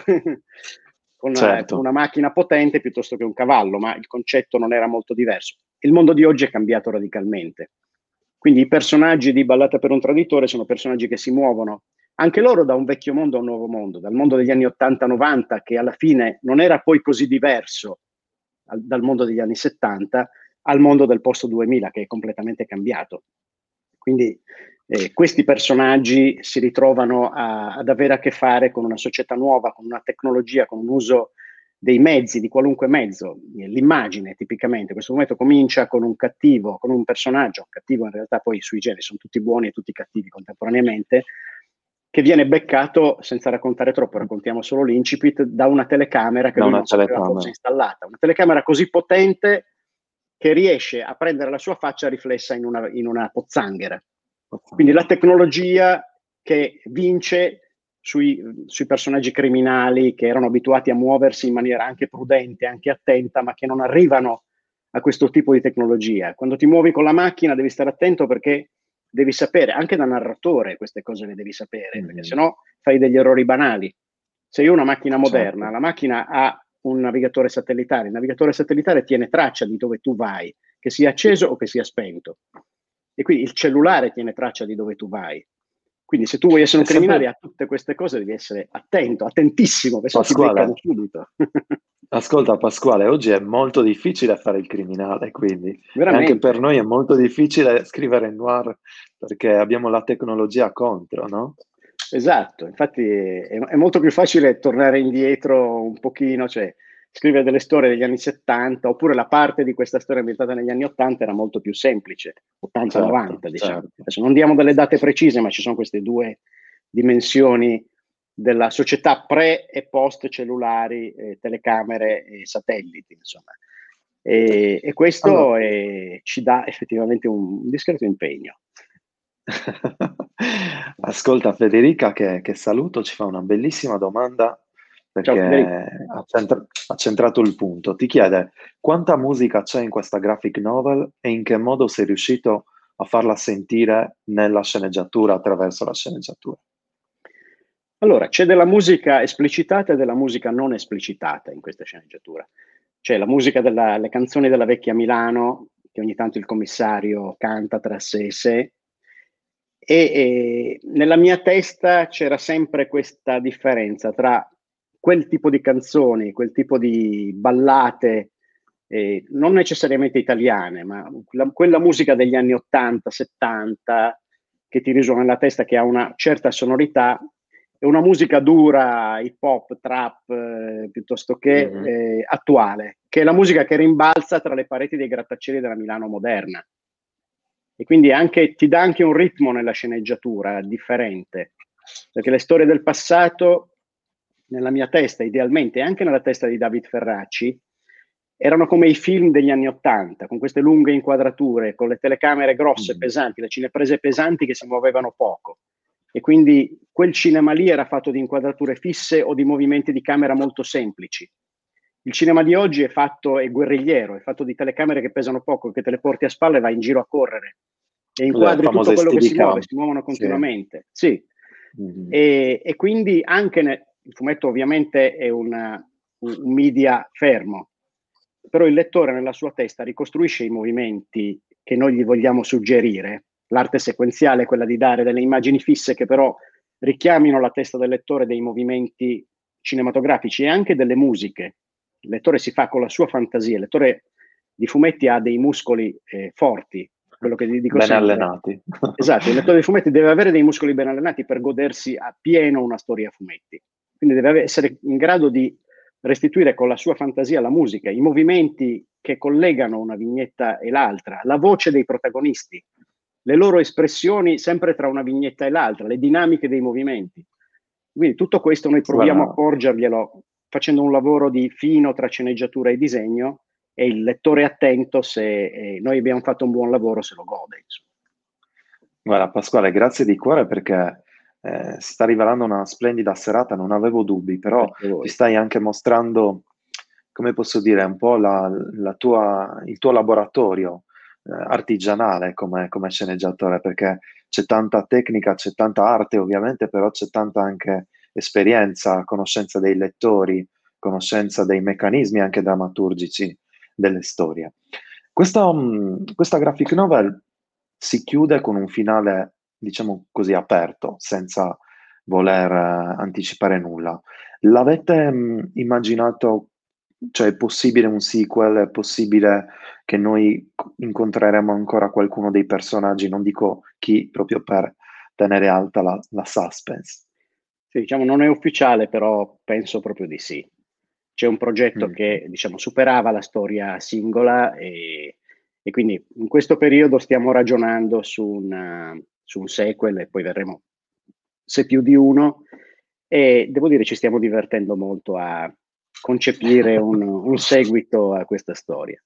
Speaker 2: con una, con
Speaker 1: certo.
Speaker 2: una macchina potente piuttosto che un cavallo, ma il concetto non era molto diverso. Il mondo di oggi è cambiato radicalmente. Quindi i personaggi di Ballata per un traditore sono personaggi che si muovono anche loro da un vecchio mondo a un nuovo mondo, dal mondo degli anni ottanta novanta, che alla fine non era poi così diverso al, dal mondo degli anni settanta, al mondo del post duemila, che è completamente cambiato. Quindi eh, questi personaggi si ritrovano a, ad avere a che fare con una società nuova, con una tecnologia, con un uso dei mezzi, di qualunque mezzo. L'immagine, tipicamente, questo momento comincia con un cattivo, con un personaggio, un cattivo in realtà poi sui generi, sono tutti buoni e tutti cattivi contemporaneamente, che viene beccato, senza raccontare troppo, raccontiamo solo l'incipit, da una telecamera che
Speaker 1: Da
Speaker 2: lui
Speaker 1: una
Speaker 2: non sapeva fosse
Speaker 1: telecamera.
Speaker 2: installata. Una telecamera così potente che riesce a prendere la sua faccia riflessa in una, in una pozzanghera. Quindi la tecnologia che vince sui, sui personaggi criminali che erano abituati a muoversi in maniera anche prudente, anche attenta, ma che non arrivano a questo tipo di tecnologia. Quando ti muovi con la macchina devi stare attento perché devi sapere, anche da narratore queste cose le devi sapere, perché
Speaker 1: Mhm,
Speaker 2: sennò fai degli errori banali. Se io ho una macchina moderna,
Speaker 1: certo.
Speaker 2: la macchina ha un navigatore satellitare, il navigatore satellitare tiene traccia di dove tu vai, che sia acceso o che sia spento. E quindi il cellulare tiene traccia di dove tu vai. Quindi se tu vuoi essere
Speaker 1: È
Speaker 2: un criminale
Speaker 1: sempre...
Speaker 2: a tutte queste cose devi essere attento, attentissimo, perché se no ti beccano
Speaker 1: Pasquale,
Speaker 2: subito.
Speaker 1: ascolta Pasquale, oggi è molto difficile fare il criminale, quindi, e anche per
Speaker 2: Veramente.
Speaker 1: noi è molto difficile scrivere noir perché abbiamo la tecnologia contro, no?
Speaker 2: Esatto, infatti è, è molto più facile tornare indietro un pochino, cioè scrivere delle storie degli anni settanta, oppure la parte di questa storia ambientata negli anni ottanta era molto più semplice,
Speaker 1: Certo,
Speaker 2: ottanta novanta diciamo.
Speaker 1: certo.
Speaker 2: Adesso non diamo delle date precise, ma ci sono queste due dimensioni della società pre e post cellulari, eh, telecamere e satelliti, insomma. E, e
Speaker 1: Allora,
Speaker 2: questo è- ci dà effettivamente un, un discreto impegno.
Speaker 1: Ascolta, Federica, che, che saluto, ci fa una bellissima domanda
Speaker 2: Ciao
Speaker 1: perché
Speaker 2: Federico.
Speaker 1: ha, centra- ha centrato il punto. Ti chiede quanta musica c'è in questa graphic novel e in che modo sei riuscito a farla sentire nella sceneggiatura, attraverso la sceneggiatura.
Speaker 2: Allora, c'è della musica esplicitata e della musica non esplicitata in questa sceneggiatura. C'è la musica delle canzoni della vecchia Milano, che ogni tanto il commissario canta tra sé e sé, e, e nella mia testa c'era sempre questa differenza tra quel tipo di canzoni, quel tipo di ballate, eh, non necessariamente italiane, ma la- quella musica degli anni ottanta, settanta, che ti risuona nella testa, che ha una certa sonorità, e una musica dura, hip hop, trap, eh, piuttosto che
Speaker 1: Mhm.
Speaker 2: eh, attuale, che è la musica che rimbalza tra le pareti dei grattacieli della Milano moderna. E quindi anche, ti dà anche un ritmo nella sceneggiatura differente, perché le storie del passato, nella mia testa, idealmente, e anche nella testa di David Ferracci, erano come i film degli anni Ottanta, con queste lunghe inquadrature, con le telecamere grosse,
Speaker 1: Mhm.
Speaker 2: pesanti, le cineprese pesanti che si muovevano poco. E quindi quel cinema lì era fatto di inquadrature fisse o di movimenti di camera molto semplici. Il cinema di oggi è fatto, è guerrigliero, è fatto di telecamere che pesano poco, che te le porti a spalle e vai in giro a correre e
Speaker 1: Le
Speaker 2: inquadri tutto
Speaker 1: famose
Speaker 2: quello che si muove,
Speaker 1: Steadicam.
Speaker 2: si muovono
Speaker 1: Sì.
Speaker 2: continuamente. Sì.
Speaker 1: Mhm.
Speaker 2: E, e quindi anche nel, il fumetto ovviamente è una, un, un media fermo, però il lettore nella sua testa ricostruisce i movimenti che noi gli vogliamo suggerire. L'arte sequenziale è quella di dare delle immagini fisse che però richiamino la testa del lettore dei movimenti cinematografici e anche delle musiche. Il lettore si fa con la sua fantasia, il lettore di fumetti ha dei muscoli eh, forti, quello che vi dico
Speaker 1: Ben
Speaker 2: sempre.
Speaker 1: allenati.
Speaker 2: Esatto, il lettore di fumetti deve avere dei muscoli ben allenati per godersi a pieno una storia a fumetti. Quindi deve essere in grado di restituire con la sua fantasia la musica, i movimenti che collegano una vignetta e l'altra, la voce dei protagonisti, le loro espressioni sempre tra una vignetta e l'altra, le dinamiche dei movimenti. Quindi tutto questo noi proviamo a
Speaker 1: Guarda,
Speaker 2: porgerglielo facendo un lavoro di fino tra sceneggiatura e disegno e il lettore è attento se eh, noi abbiamo fatto un buon lavoro, se lo gode. Insomma.
Speaker 1: guarda, Pasquale, grazie di cuore perché eh, si sta rivelando una splendida serata, non avevo dubbi, però
Speaker 2: Grazie a
Speaker 1: ci
Speaker 2: voi.
Speaker 1: stai anche mostrando, come posso dire, un po' la, la tua, il tuo laboratorio eh, artigianale come, come sceneggiatore, perché c'è tanta tecnica, c'è tanta arte ovviamente, però c'è tanta anche esperienza, conoscenza dei lettori, conoscenza dei meccanismi anche drammaturgici delle storie. Questa, mh, questa graphic novel si chiude con un finale, diciamo così, aperto, senza voler eh, anticipare nulla. L'avete mh, immaginato, cioè è possibile un sequel, è possibile che noi c- incontreremo ancora qualcuno dei personaggi, non dico chi, proprio per tenere alta la, la suspense.
Speaker 2: Sì, diciamo, non è ufficiale, però penso proprio di sì. C'è un progetto
Speaker 1: Mhm.
Speaker 2: che, diciamo, superava la storia singola e, e quindi in questo periodo stiamo ragionando su, una- su un sequel e poi verremo, se più di uno, e devo dire ci stiamo divertendo molto a concepire un, un seguito a questa storia.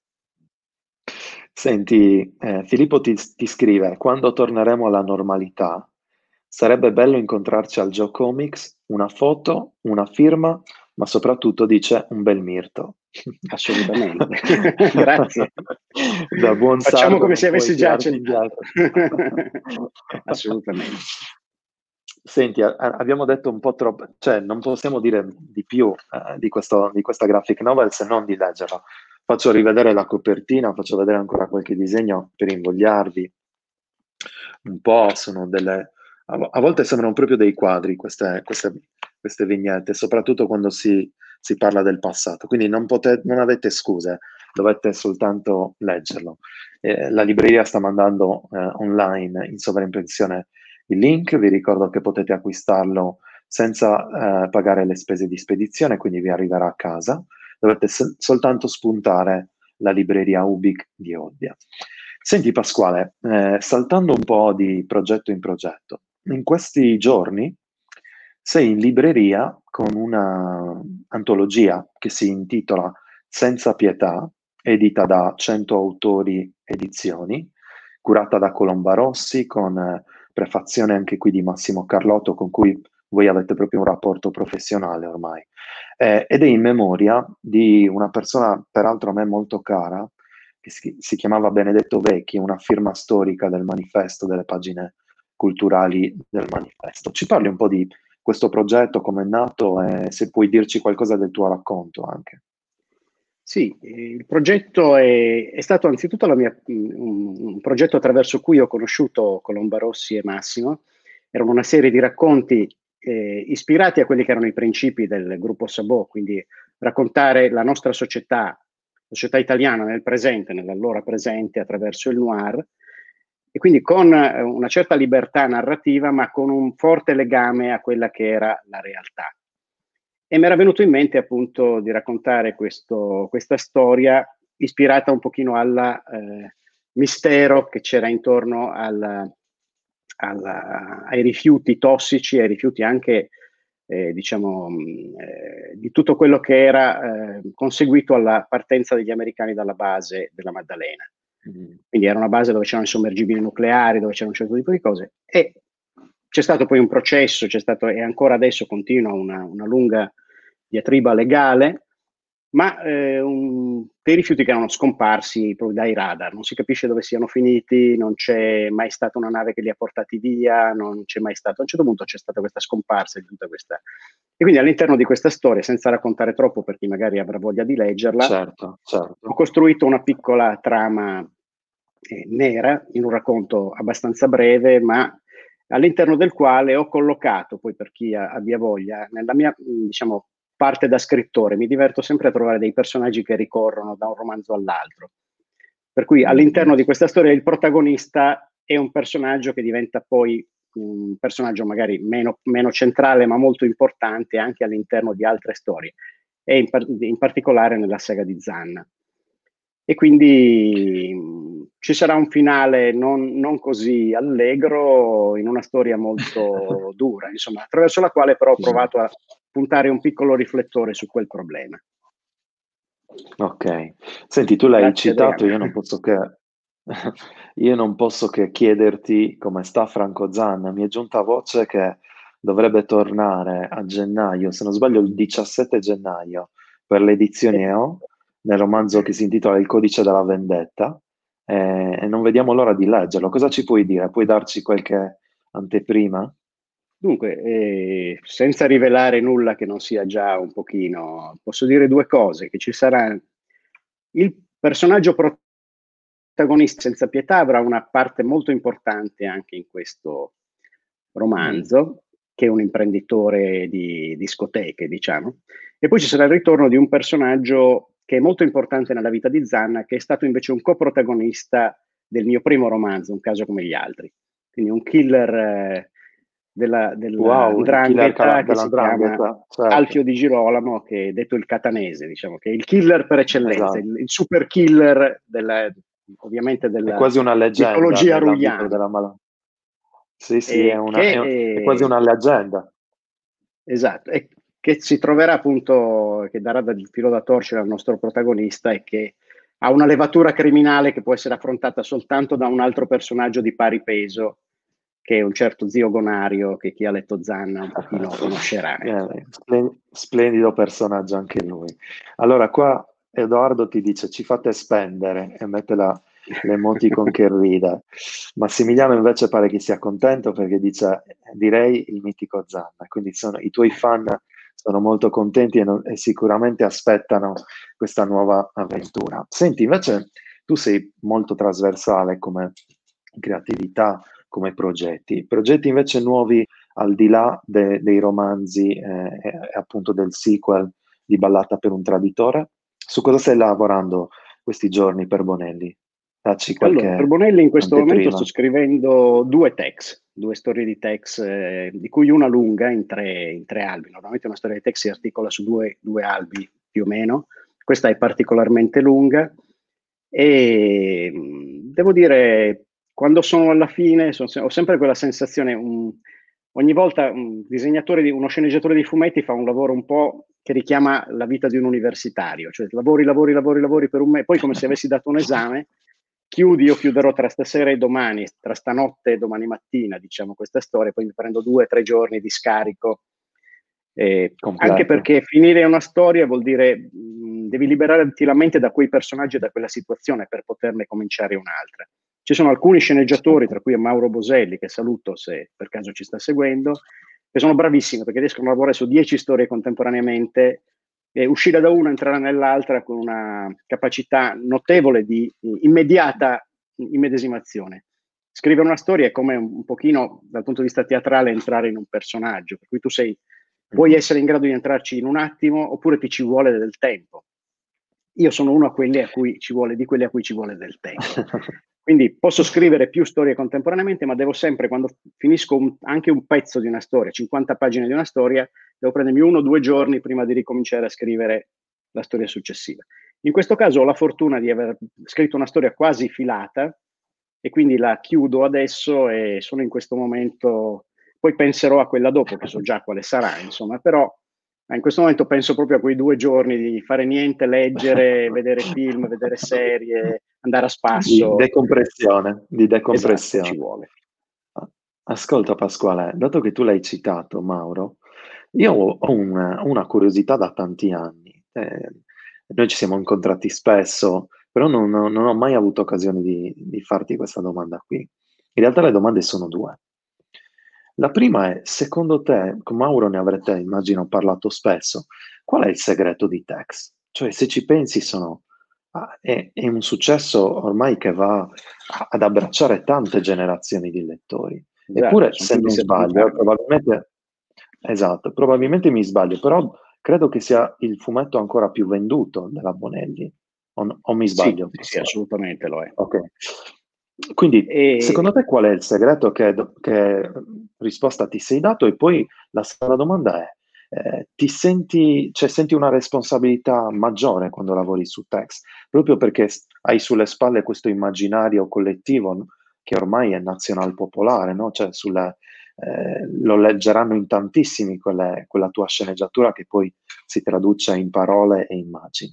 Speaker 1: Senti, eh, Filippo ti, ti scrive, quando torneremo alla normalità, sarebbe bello incontrarci al Joe Comics, una foto, una firma, ma soprattutto dice un bel mirto.
Speaker 2: Assolutamente. Grazie.
Speaker 1: Da buon
Speaker 2: Facciamo
Speaker 1: sardo
Speaker 2: come
Speaker 1: non
Speaker 2: se
Speaker 1: puoi
Speaker 2: avessi già
Speaker 1: tirarti
Speaker 2: accettato.
Speaker 1: indietro.
Speaker 2: Assolutamente.
Speaker 1: Senti, a- a- abbiamo detto un po' troppo, cioè non possiamo dire di più eh, di questo- di questa graphic novel se non di leggerla. Faccio rivedere la copertina, faccio vedere ancora qualche disegno per invogliarvi. Un po' sono delle... A vo- a volte sembrano proprio dei quadri queste, queste- queste vignette, soprattutto quando si, si parla del passato. Quindi non, pote- non avete scuse, dovete soltanto leggerlo. Eh, la libreria sta mandando eh, online in sovraimpressione il link, vi ricordo che potete acquistarlo senza eh, pagare le spese di spedizione, quindi vi arriverà a casa. Dovete s- soltanto spuntare la libreria Ubic di Olbia. Senti Pasquale, eh, saltando un po' di progetto in progetto, in questi giorni sei in libreria con una antologia che si intitola Senza pietà, edita da cento autori edizioni, curata da Colomba Rossi, con eh, prefazione anche qui di Massimo Carlotto, con cui voi avete proprio un rapporto professionale ormai, eh, ed è in memoria di una persona, peraltro a me molto cara, che si, si chiamava Benedetto Vecchi, una firma storica del manifesto, delle pagine culturali del manifesto. Ci parli un po' di questo progetto, come è nato, e se puoi dirci qualcosa del tuo racconto anche.
Speaker 2: Sì, il progetto è, è stato anzitutto la mia, un, un progetto attraverso cui ho conosciuto Colomba Rossi e Massimo. Erano una serie di racconti eh, ispirati a quelli che erano i principi del gruppo Sabot, quindi raccontare la nostra società, la società italiana nel presente, nell'allora presente, attraverso il noir, e quindi con una certa libertà narrativa, ma con un forte legame a quella che era la realtà. E mi era venuto in mente appunto di raccontare questo, questa storia ispirata un pochino al eh, mistero che c'era intorno al, al, ai rifiuti tossici, ai rifiuti anche eh, diciamo eh, di tutto quello che era eh, conseguito alla partenza degli americani dalla base della Maddalena. Mm. Quindi era una base dove c'erano i sommergibili nucleari, dove c'era un certo tipo di cose, e c'è stato poi un processo, c'è stato, e ancora adesso continua una, una lunga diatriba legale, ma eh, un, dei rifiuti che erano scomparsi proprio dai radar, non si capisce dove siano finiti, non c'è mai stata una nave che li ha portati via, non c'è mai stato, a un certo punto c'è stata questa scomparsa di tutta questa. E quindi all'interno di questa storia, senza raccontare troppo per chi magari avrà voglia di leggerla,
Speaker 1: certo, certo.
Speaker 2: ho costruito una piccola trama eh, nera, in un racconto abbastanza breve, ma all'interno del quale ho collocato, poi per chi abbia voglia, nella mia, diciamo, parte da scrittore, mi diverto sempre a trovare dei personaggi che ricorrono da un romanzo all'altro. Per cui all'interno di questa storia il protagonista è un personaggio che diventa poi un personaggio magari meno, meno centrale, ma molto importante anche all'interno di altre storie, e in, par- in particolare nella saga di Zanna. E quindi mh, ci sarà un finale non, non così allegro, in una storia molto dura, insomma, attraverso la quale però ho provato a puntare un piccolo riflettore su quel problema.
Speaker 1: Ok, senti, tu l'hai
Speaker 2: Grazie,
Speaker 1: citato,
Speaker 2: Adriano.
Speaker 1: io non posso che, io non posso che chiederti come sta Franco Zanna. Mi è giunta voce che dovrebbe tornare a gennaio, se non sbaglio il diciassette gennaio, per le edizioni E O, nel romanzo che si intitola Il codice della vendetta, eh, e non vediamo l'ora di leggerlo. Cosa ci puoi dire? Puoi darci qualche anteprima?
Speaker 2: Dunque, eh, senza rivelare nulla che non sia già un pochino, posso dire due cose, che ci sarà il personaggio protagonista senza pietà avrà una parte molto importante anche in questo romanzo, mm. che è un imprenditore di discoteche, diciamo, e poi ci sarà il ritorno di un personaggio che è molto importante nella vita di Zanna, che è stato invece un coprotagonista del mio primo romanzo, Un caso come gli altri, quindi un killer eh, della, della
Speaker 1: Wow, il killer
Speaker 2: Ndrangheta che
Speaker 1: della
Speaker 2: si chiama
Speaker 1: certo.
Speaker 2: Alfio di Girolamo, che è detto il catanese, diciamo, che è il killer per eccellenza,
Speaker 1: Esatto.
Speaker 2: il, il super killer della, ovviamente della
Speaker 1: È quasi una leggenda
Speaker 2: mitologia
Speaker 1: nell'ambito
Speaker 2: rugliana.
Speaker 1: della malattia. Sì, sì, è,
Speaker 2: E
Speaker 1: una,
Speaker 2: che,
Speaker 1: è, è quasi
Speaker 2: eh,
Speaker 1: una leggenda.
Speaker 2: esatto, e che si troverà appunto, che darà il filo da torcere al nostro protagonista, e che ha una levatura criminale che può essere affrontata soltanto da un altro personaggio di pari peso, che è un certo zio Gonario, che chi ha letto Zanna un pochino conoscerà.
Speaker 1: Eh, splendido personaggio anche lui. Allora, qua Edoardo ti dice ci fate spendere e mette la, l'emoticon che ride. Massimiliano invece pare che sia contento perché dice direi il mitico Zanna. Quindi sono, i tuoi fan sono molto contenti e, non, e sicuramente aspettano questa nuova avventura. Senti, invece tu sei molto trasversale come creatività, come progetti. Progetti invece nuovi al di là de, dei romanzi eh, e appunto del sequel di Ballata per un traditore. Su cosa stai lavorando questi giorni per Bonelli? Dacci
Speaker 2: Allora, per
Speaker 1: qualche
Speaker 2: Bonelli in questo momento sto
Speaker 1: anteprima.
Speaker 2: scrivendo due text, due storie di text, eh, di cui una lunga in tre, in tre albi. Normalmente una storia di text si articola su due, due albi più o meno. Questa è particolarmente lunga e mh, devo dire, quando sono alla fine sono, ho sempre quella sensazione, um, ogni volta un disegnatore, di, uno sceneggiatore di fumetti fa un lavoro un po' che richiama la vita di un universitario, cioè lavori, lavori, lavori, lavori per un mese, poi come se avessi dato un esame, chiudi, io chiuderò tra stasera e domani, tra stanotte e domani mattina, diciamo, questa storia, poi mi prendo due o tre giorni di scarico. Eh, anche perché finire una storia vuol dire mh, devi liberarti la mente da quei personaggi e da quella situazione per poterne cominciare un'altra. Ci sono alcuni sceneggiatori, tra cui Mauro Boselli, che saluto se per caso ci sta seguendo, che sono bravissimi perché riescono a lavorare su dieci storie contemporaneamente e uscire da una, entrare nell'altra con una capacità notevole di immediata immedesimazione. Scrivere una storia è come un, un pochino, dal punto di vista teatrale, entrare in un personaggio, per cui tu sei, puoi essere in grado di entrarci in un attimo oppure ti ci vuole del tempo. Io sono uno a quelli a cui ci vuole, di quelli a cui ci vuole del tempo. Quindi posso scrivere più storie contemporaneamente, ma devo sempre, quando finisco un, anche un pezzo di una storia, cinquanta pagine di una storia, devo prendermi uno o due giorni prima di ricominciare a scrivere la storia successiva. In questo caso ho la fortuna di aver scritto una storia quasi filata e quindi la chiudo adesso e sono in questo momento, poi penserò a quella dopo, che so già quale sarà, insomma, però in questo momento penso proprio a quei due giorni di fare niente, leggere, vedere film, vedere serie, andare a spasso.
Speaker 1: Di decompressione, di decompressione.
Speaker 2: Esatto, ci vuole.
Speaker 1: Ascolta Pasquale, dato che tu l'hai citato, Mauro, io ho una, una curiosità da tanti anni. Eh, noi ci siamo incontrati spesso, però non, non ho mai avuto occasione di, di farti questa domanda qui. In realtà le domande sono due. La prima è, secondo te, con Mauro ne avrete, immagino, parlato spesso, qual è il segreto di Tex? Cioè, se ci pensi, sono, ah, è, è un successo ormai che va a- ad abbracciare tante generazioni di lettori.
Speaker 2: Esatto,
Speaker 1: Eppure,
Speaker 2: sono
Speaker 1: se
Speaker 2: più di
Speaker 1: non
Speaker 2: settanta
Speaker 1: sbaglio, eh,
Speaker 2: anni.
Speaker 1: probabilmente, esatto, probabilmente mi sbaglio, però credo che sia il fumetto ancora più venduto della Bonelli. O, no- o mi
Speaker 2: Sì,
Speaker 1: sbaglio,
Speaker 2: sì, sì,
Speaker 1: Pasquale?
Speaker 2: assolutamente lo è.
Speaker 1: Ok. Quindi,
Speaker 2: E,
Speaker 1: secondo te qual è il segreto che, che risposta ti sei dato? E poi la seconda domanda è, eh, ti senti, cioè, senti una responsabilità maggiore quando lavori su Tex, proprio perché s- hai sulle spalle questo immaginario collettivo no, che ormai è nazional popolare, no? Cioè, sulle, eh, lo leggeranno in tantissimi quelle- quella tua sceneggiatura che poi si traduce in parole e immagini.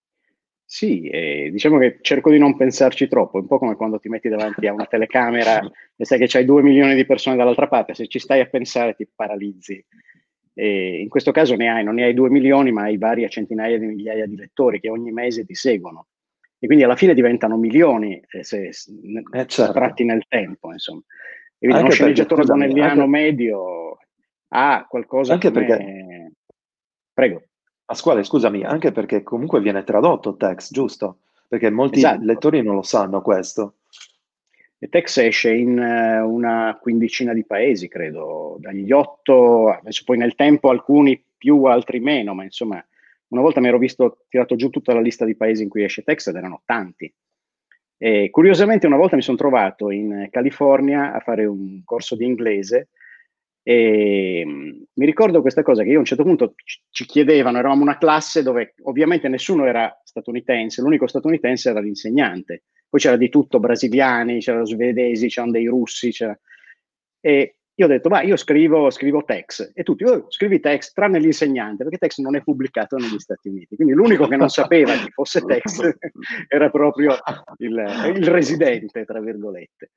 Speaker 2: sì, eh, diciamo che cerco di non pensarci troppo, è un po' come quando ti metti davanti a una telecamera e sai che c'hai due milioni di persone dall'altra parte, se ci stai a pensare ti paralizzi. E in questo caso ne hai, non ne hai due milioni, ma hai varie centinaia di migliaia di lettori che ogni mese ti seguono. E quindi alla fine diventano milioni eh, se, se
Speaker 1: Eh
Speaker 2: tratti
Speaker 1: certo,
Speaker 2: nel tempo, insomma. E quindi uno
Speaker 1: anche perché,
Speaker 2: sceneggiatore
Speaker 1: scusami,
Speaker 2: bonelliano
Speaker 1: anche,
Speaker 2: medio ha qualcosa
Speaker 1: anche perché
Speaker 2: come... Prego.
Speaker 1: Pasquale, scusami, anche perché comunque viene tradotto text, giusto? Perché molti
Speaker 2: Esatto.
Speaker 1: lettori non lo sanno questo.
Speaker 2: E Tex esce in eh, una quindicina di paesi, credo, dagli otto, adesso poi nel tempo alcuni più, altri meno, ma insomma, una volta mi ero visto tirato giù tutta la lista di paesi in cui esce Tex ed erano tanti. E curiosamente una volta mi sono trovato in California a fare un corso di inglese e mh, mi ricordo questa cosa che io a un certo punto ci ci chiedevano, eravamo una classe dove ovviamente nessuno era statunitense, l'unico statunitense era l'insegnante, poi c'era di tutto, brasiliani, c'erano svedesi, c'erano dei russi, c'era... e io ho detto, ma io scrivo, scrivo Tex, e tutti, oh, scrivi Tex, tranne l'insegnante, perché Tex non è pubblicato negli Stati Uniti, quindi l'unico che non sapeva chi fosse Tex era proprio il, il residente, tra virgolette.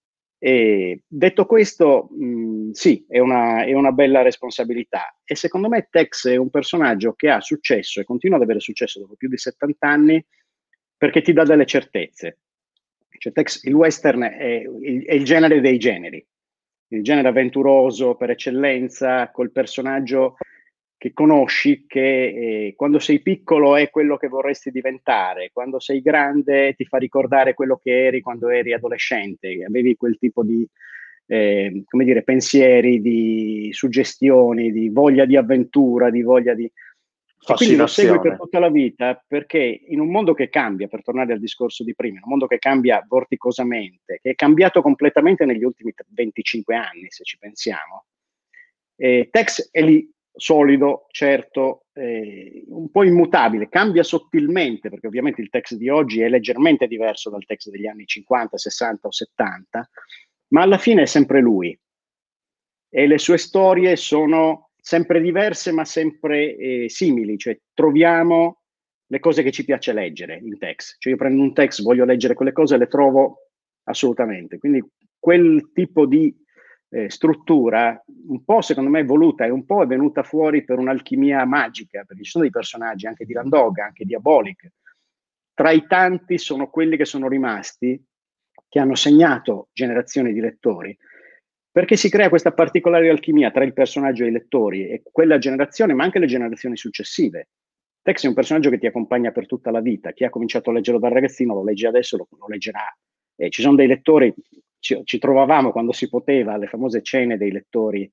Speaker 2: E detto questo, mh, sì, è una, è una bella responsabilità e secondo me Tex è un personaggio che ha successo e continua ad avere successo dopo più di settanta anni perché ti dà delle certezze. Cioè, Tex, il western è il, è il genere dei generi, il genere avventuroso per eccellenza, col personaggio che conosci, che eh, quando sei piccolo è quello che vorresti diventare, quando sei grande ti fa ricordare quello che eri quando eri adolescente, avevi quel tipo di eh, come dire, pensieri, di suggestioni, di voglia di avventura, di voglia di... E quindi lo segui per
Speaker 1: Fascinazione.
Speaker 2: tutta la vita perché in un mondo che cambia, per tornare al discorso di prima, in un mondo che cambia vorticosamente, che è cambiato completamente negli ultimi venticinque anni, se ci pensiamo, eh, Tex è lì, solido, certo, eh, un po' immutabile, cambia sottilmente, perché ovviamente il Tex di oggi è leggermente diverso dal Tex degli anni cinquanta, sessanta o settanta, ma alla fine è sempre lui. E le sue storie sono sempre diverse, ma sempre eh, simili, cioè troviamo le cose che ci piace leggere in text. Cioè io prendo un text, voglio leggere quelle cose, le trovo assolutamente. Quindi quel tipo di eh, struttura, un po' secondo me è voluta e un po' è venuta fuori per un'alchimia magica, perché ci sono dei personaggi, anche di Landog, anche Diabolic. Tra i tanti sono quelli che sono rimasti, che hanno segnato generazioni di lettori, perché si crea questa particolare alchimia tra il personaggio e i lettori e quella generazione, ma anche le generazioni successive. Tex è un personaggio che ti accompagna per tutta la vita. Chi ha cominciato a leggerlo da ragazzino lo legge adesso, lo, lo leggerà. E ci sono dei lettori, ci, ci trovavamo quando si poteva alle famose cene dei lettori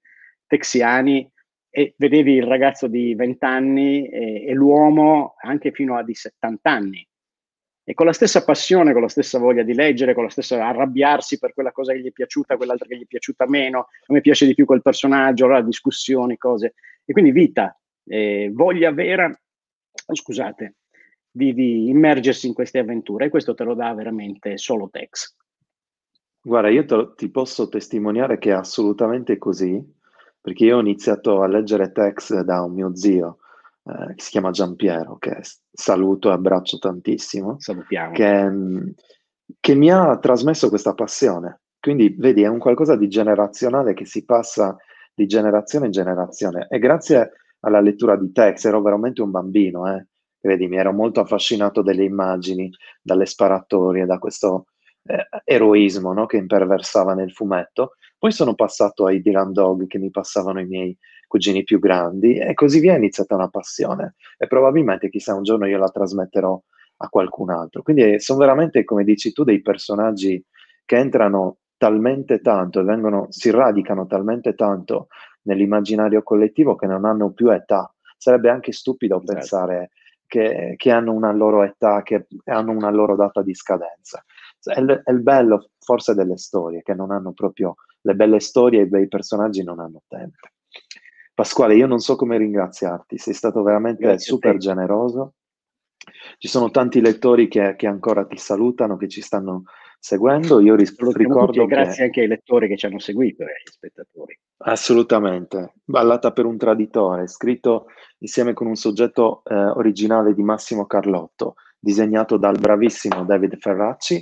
Speaker 2: texiani e vedevi il ragazzo di venti anni e, e l'uomo anche fino a di settanta anni. E con la stessa passione, con la stessa voglia di leggere, con la stessa arrabbiarsi per quella cosa che gli è piaciuta, quell'altra che gli è piaciuta meno, a me piace di più quel personaggio, allora discussioni, cose. E quindi vita, eh, voglia vera, oh, scusate, di, di immergersi in queste avventure. E questo te lo dà veramente solo Tex.
Speaker 1: Guarda, io te- ti posso testimoniare che è assolutamente così, perché io ho iniziato a leggere Tex da un mio zio, eh, che si chiama Giampiero, che s- saluto e abbraccio tantissimo,
Speaker 2: Salutiamo.
Speaker 1: che, mh, che mi ha trasmesso questa passione. Quindi, vedi, è un qualcosa di generazionale che si passa di generazione in generazione. E grazie alla lettura di Tex, ero veramente un bambino, eh. Vedi, mi ero molto affascinato dalle immagini, dalle sparatorie, da questo eh, eroismo, no, che imperversava nel fumetto. Poi sono passato ai Dylan Dog che mi passavano i miei cugini più grandi e così via è iniziata una passione e probabilmente chissà un giorno io la trasmetterò a qualcun altro. Quindi eh, sono veramente, come dici tu, dei personaggi che entrano talmente tanto e vengono, si radicano talmente tanto nell'immaginario collettivo che non hanno più età. Sarebbe anche stupido
Speaker 2: Esatto.
Speaker 1: pensare che, che hanno una loro età, che hanno una loro data di scadenza. È il, è il bello forse delle storie, che non hanno proprio le belle storie e i bei personaggi non hanno tempo. Pasquale, io non so come ringraziarti, sei stato veramente
Speaker 2: Grazie a
Speaker 1: super
Speaker 2: te.
Speaker 1: generoso. Ci sono tanti lettori che, che ancora ti salutano, che ci stanno seguendo. Io ri-
Speaker 2: Salutiamo tutti e
Speaker 1: ricordo
Speaker 2: grazie
Speaker 1: che
Speaker 2: anche ai lettori che ci hanno seguito e agli spettatori.
Speaker 1: assolutamente, Ballata per un traditore, scritto insieme con un soggetto eh, originale di Massimo Carlotto, disegnato dal bravissimo David Ferracci.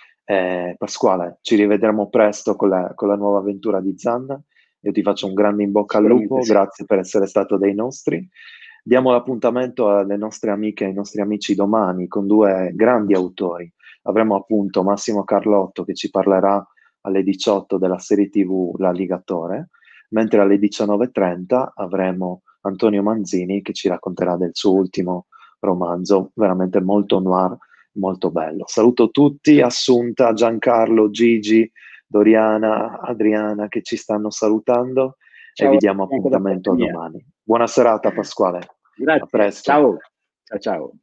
Speaker 1: Eh, Pasquale, ci rivedremo presto con la, con la nuova avventura di Zanna. Io ti faccio un grande in bocca al
Speaker 2: Sicuramente
Speaker 1: lupo,
Speaker 2: sì.
Speaker 1: grazie per essere stato dei nostri. Diamo l'appuntamento alle nostre amiche e ai nostri amici domani con due grandi autori. Avremo appunto Massimo Carlotto che ci parlerà alle diciotto della serie T V L'Alligatore, mentre alle diciannove e trenta avremo Antonio Manzini che ci racconterà del suo ultimo romanzo, veramente molto noir, molto bello. Saluto tutti, Assunta, Giancarlo, Gigi, Doriana, Adriana che ci stanno salutando e
Speaker 2: Ciao
Speaker 1: vi diamo
Speaker 2: anche da
Speaker 1: appuntamento
Speaker 2: parte
Speaker 1: a
Speaker 2: mia.
Speaker 1: domani. Buona serata Pasquale, a
Speaker 2: Grazie.
Speaker 1: presto.
Speaker 2: Ciao. Ciao ciao.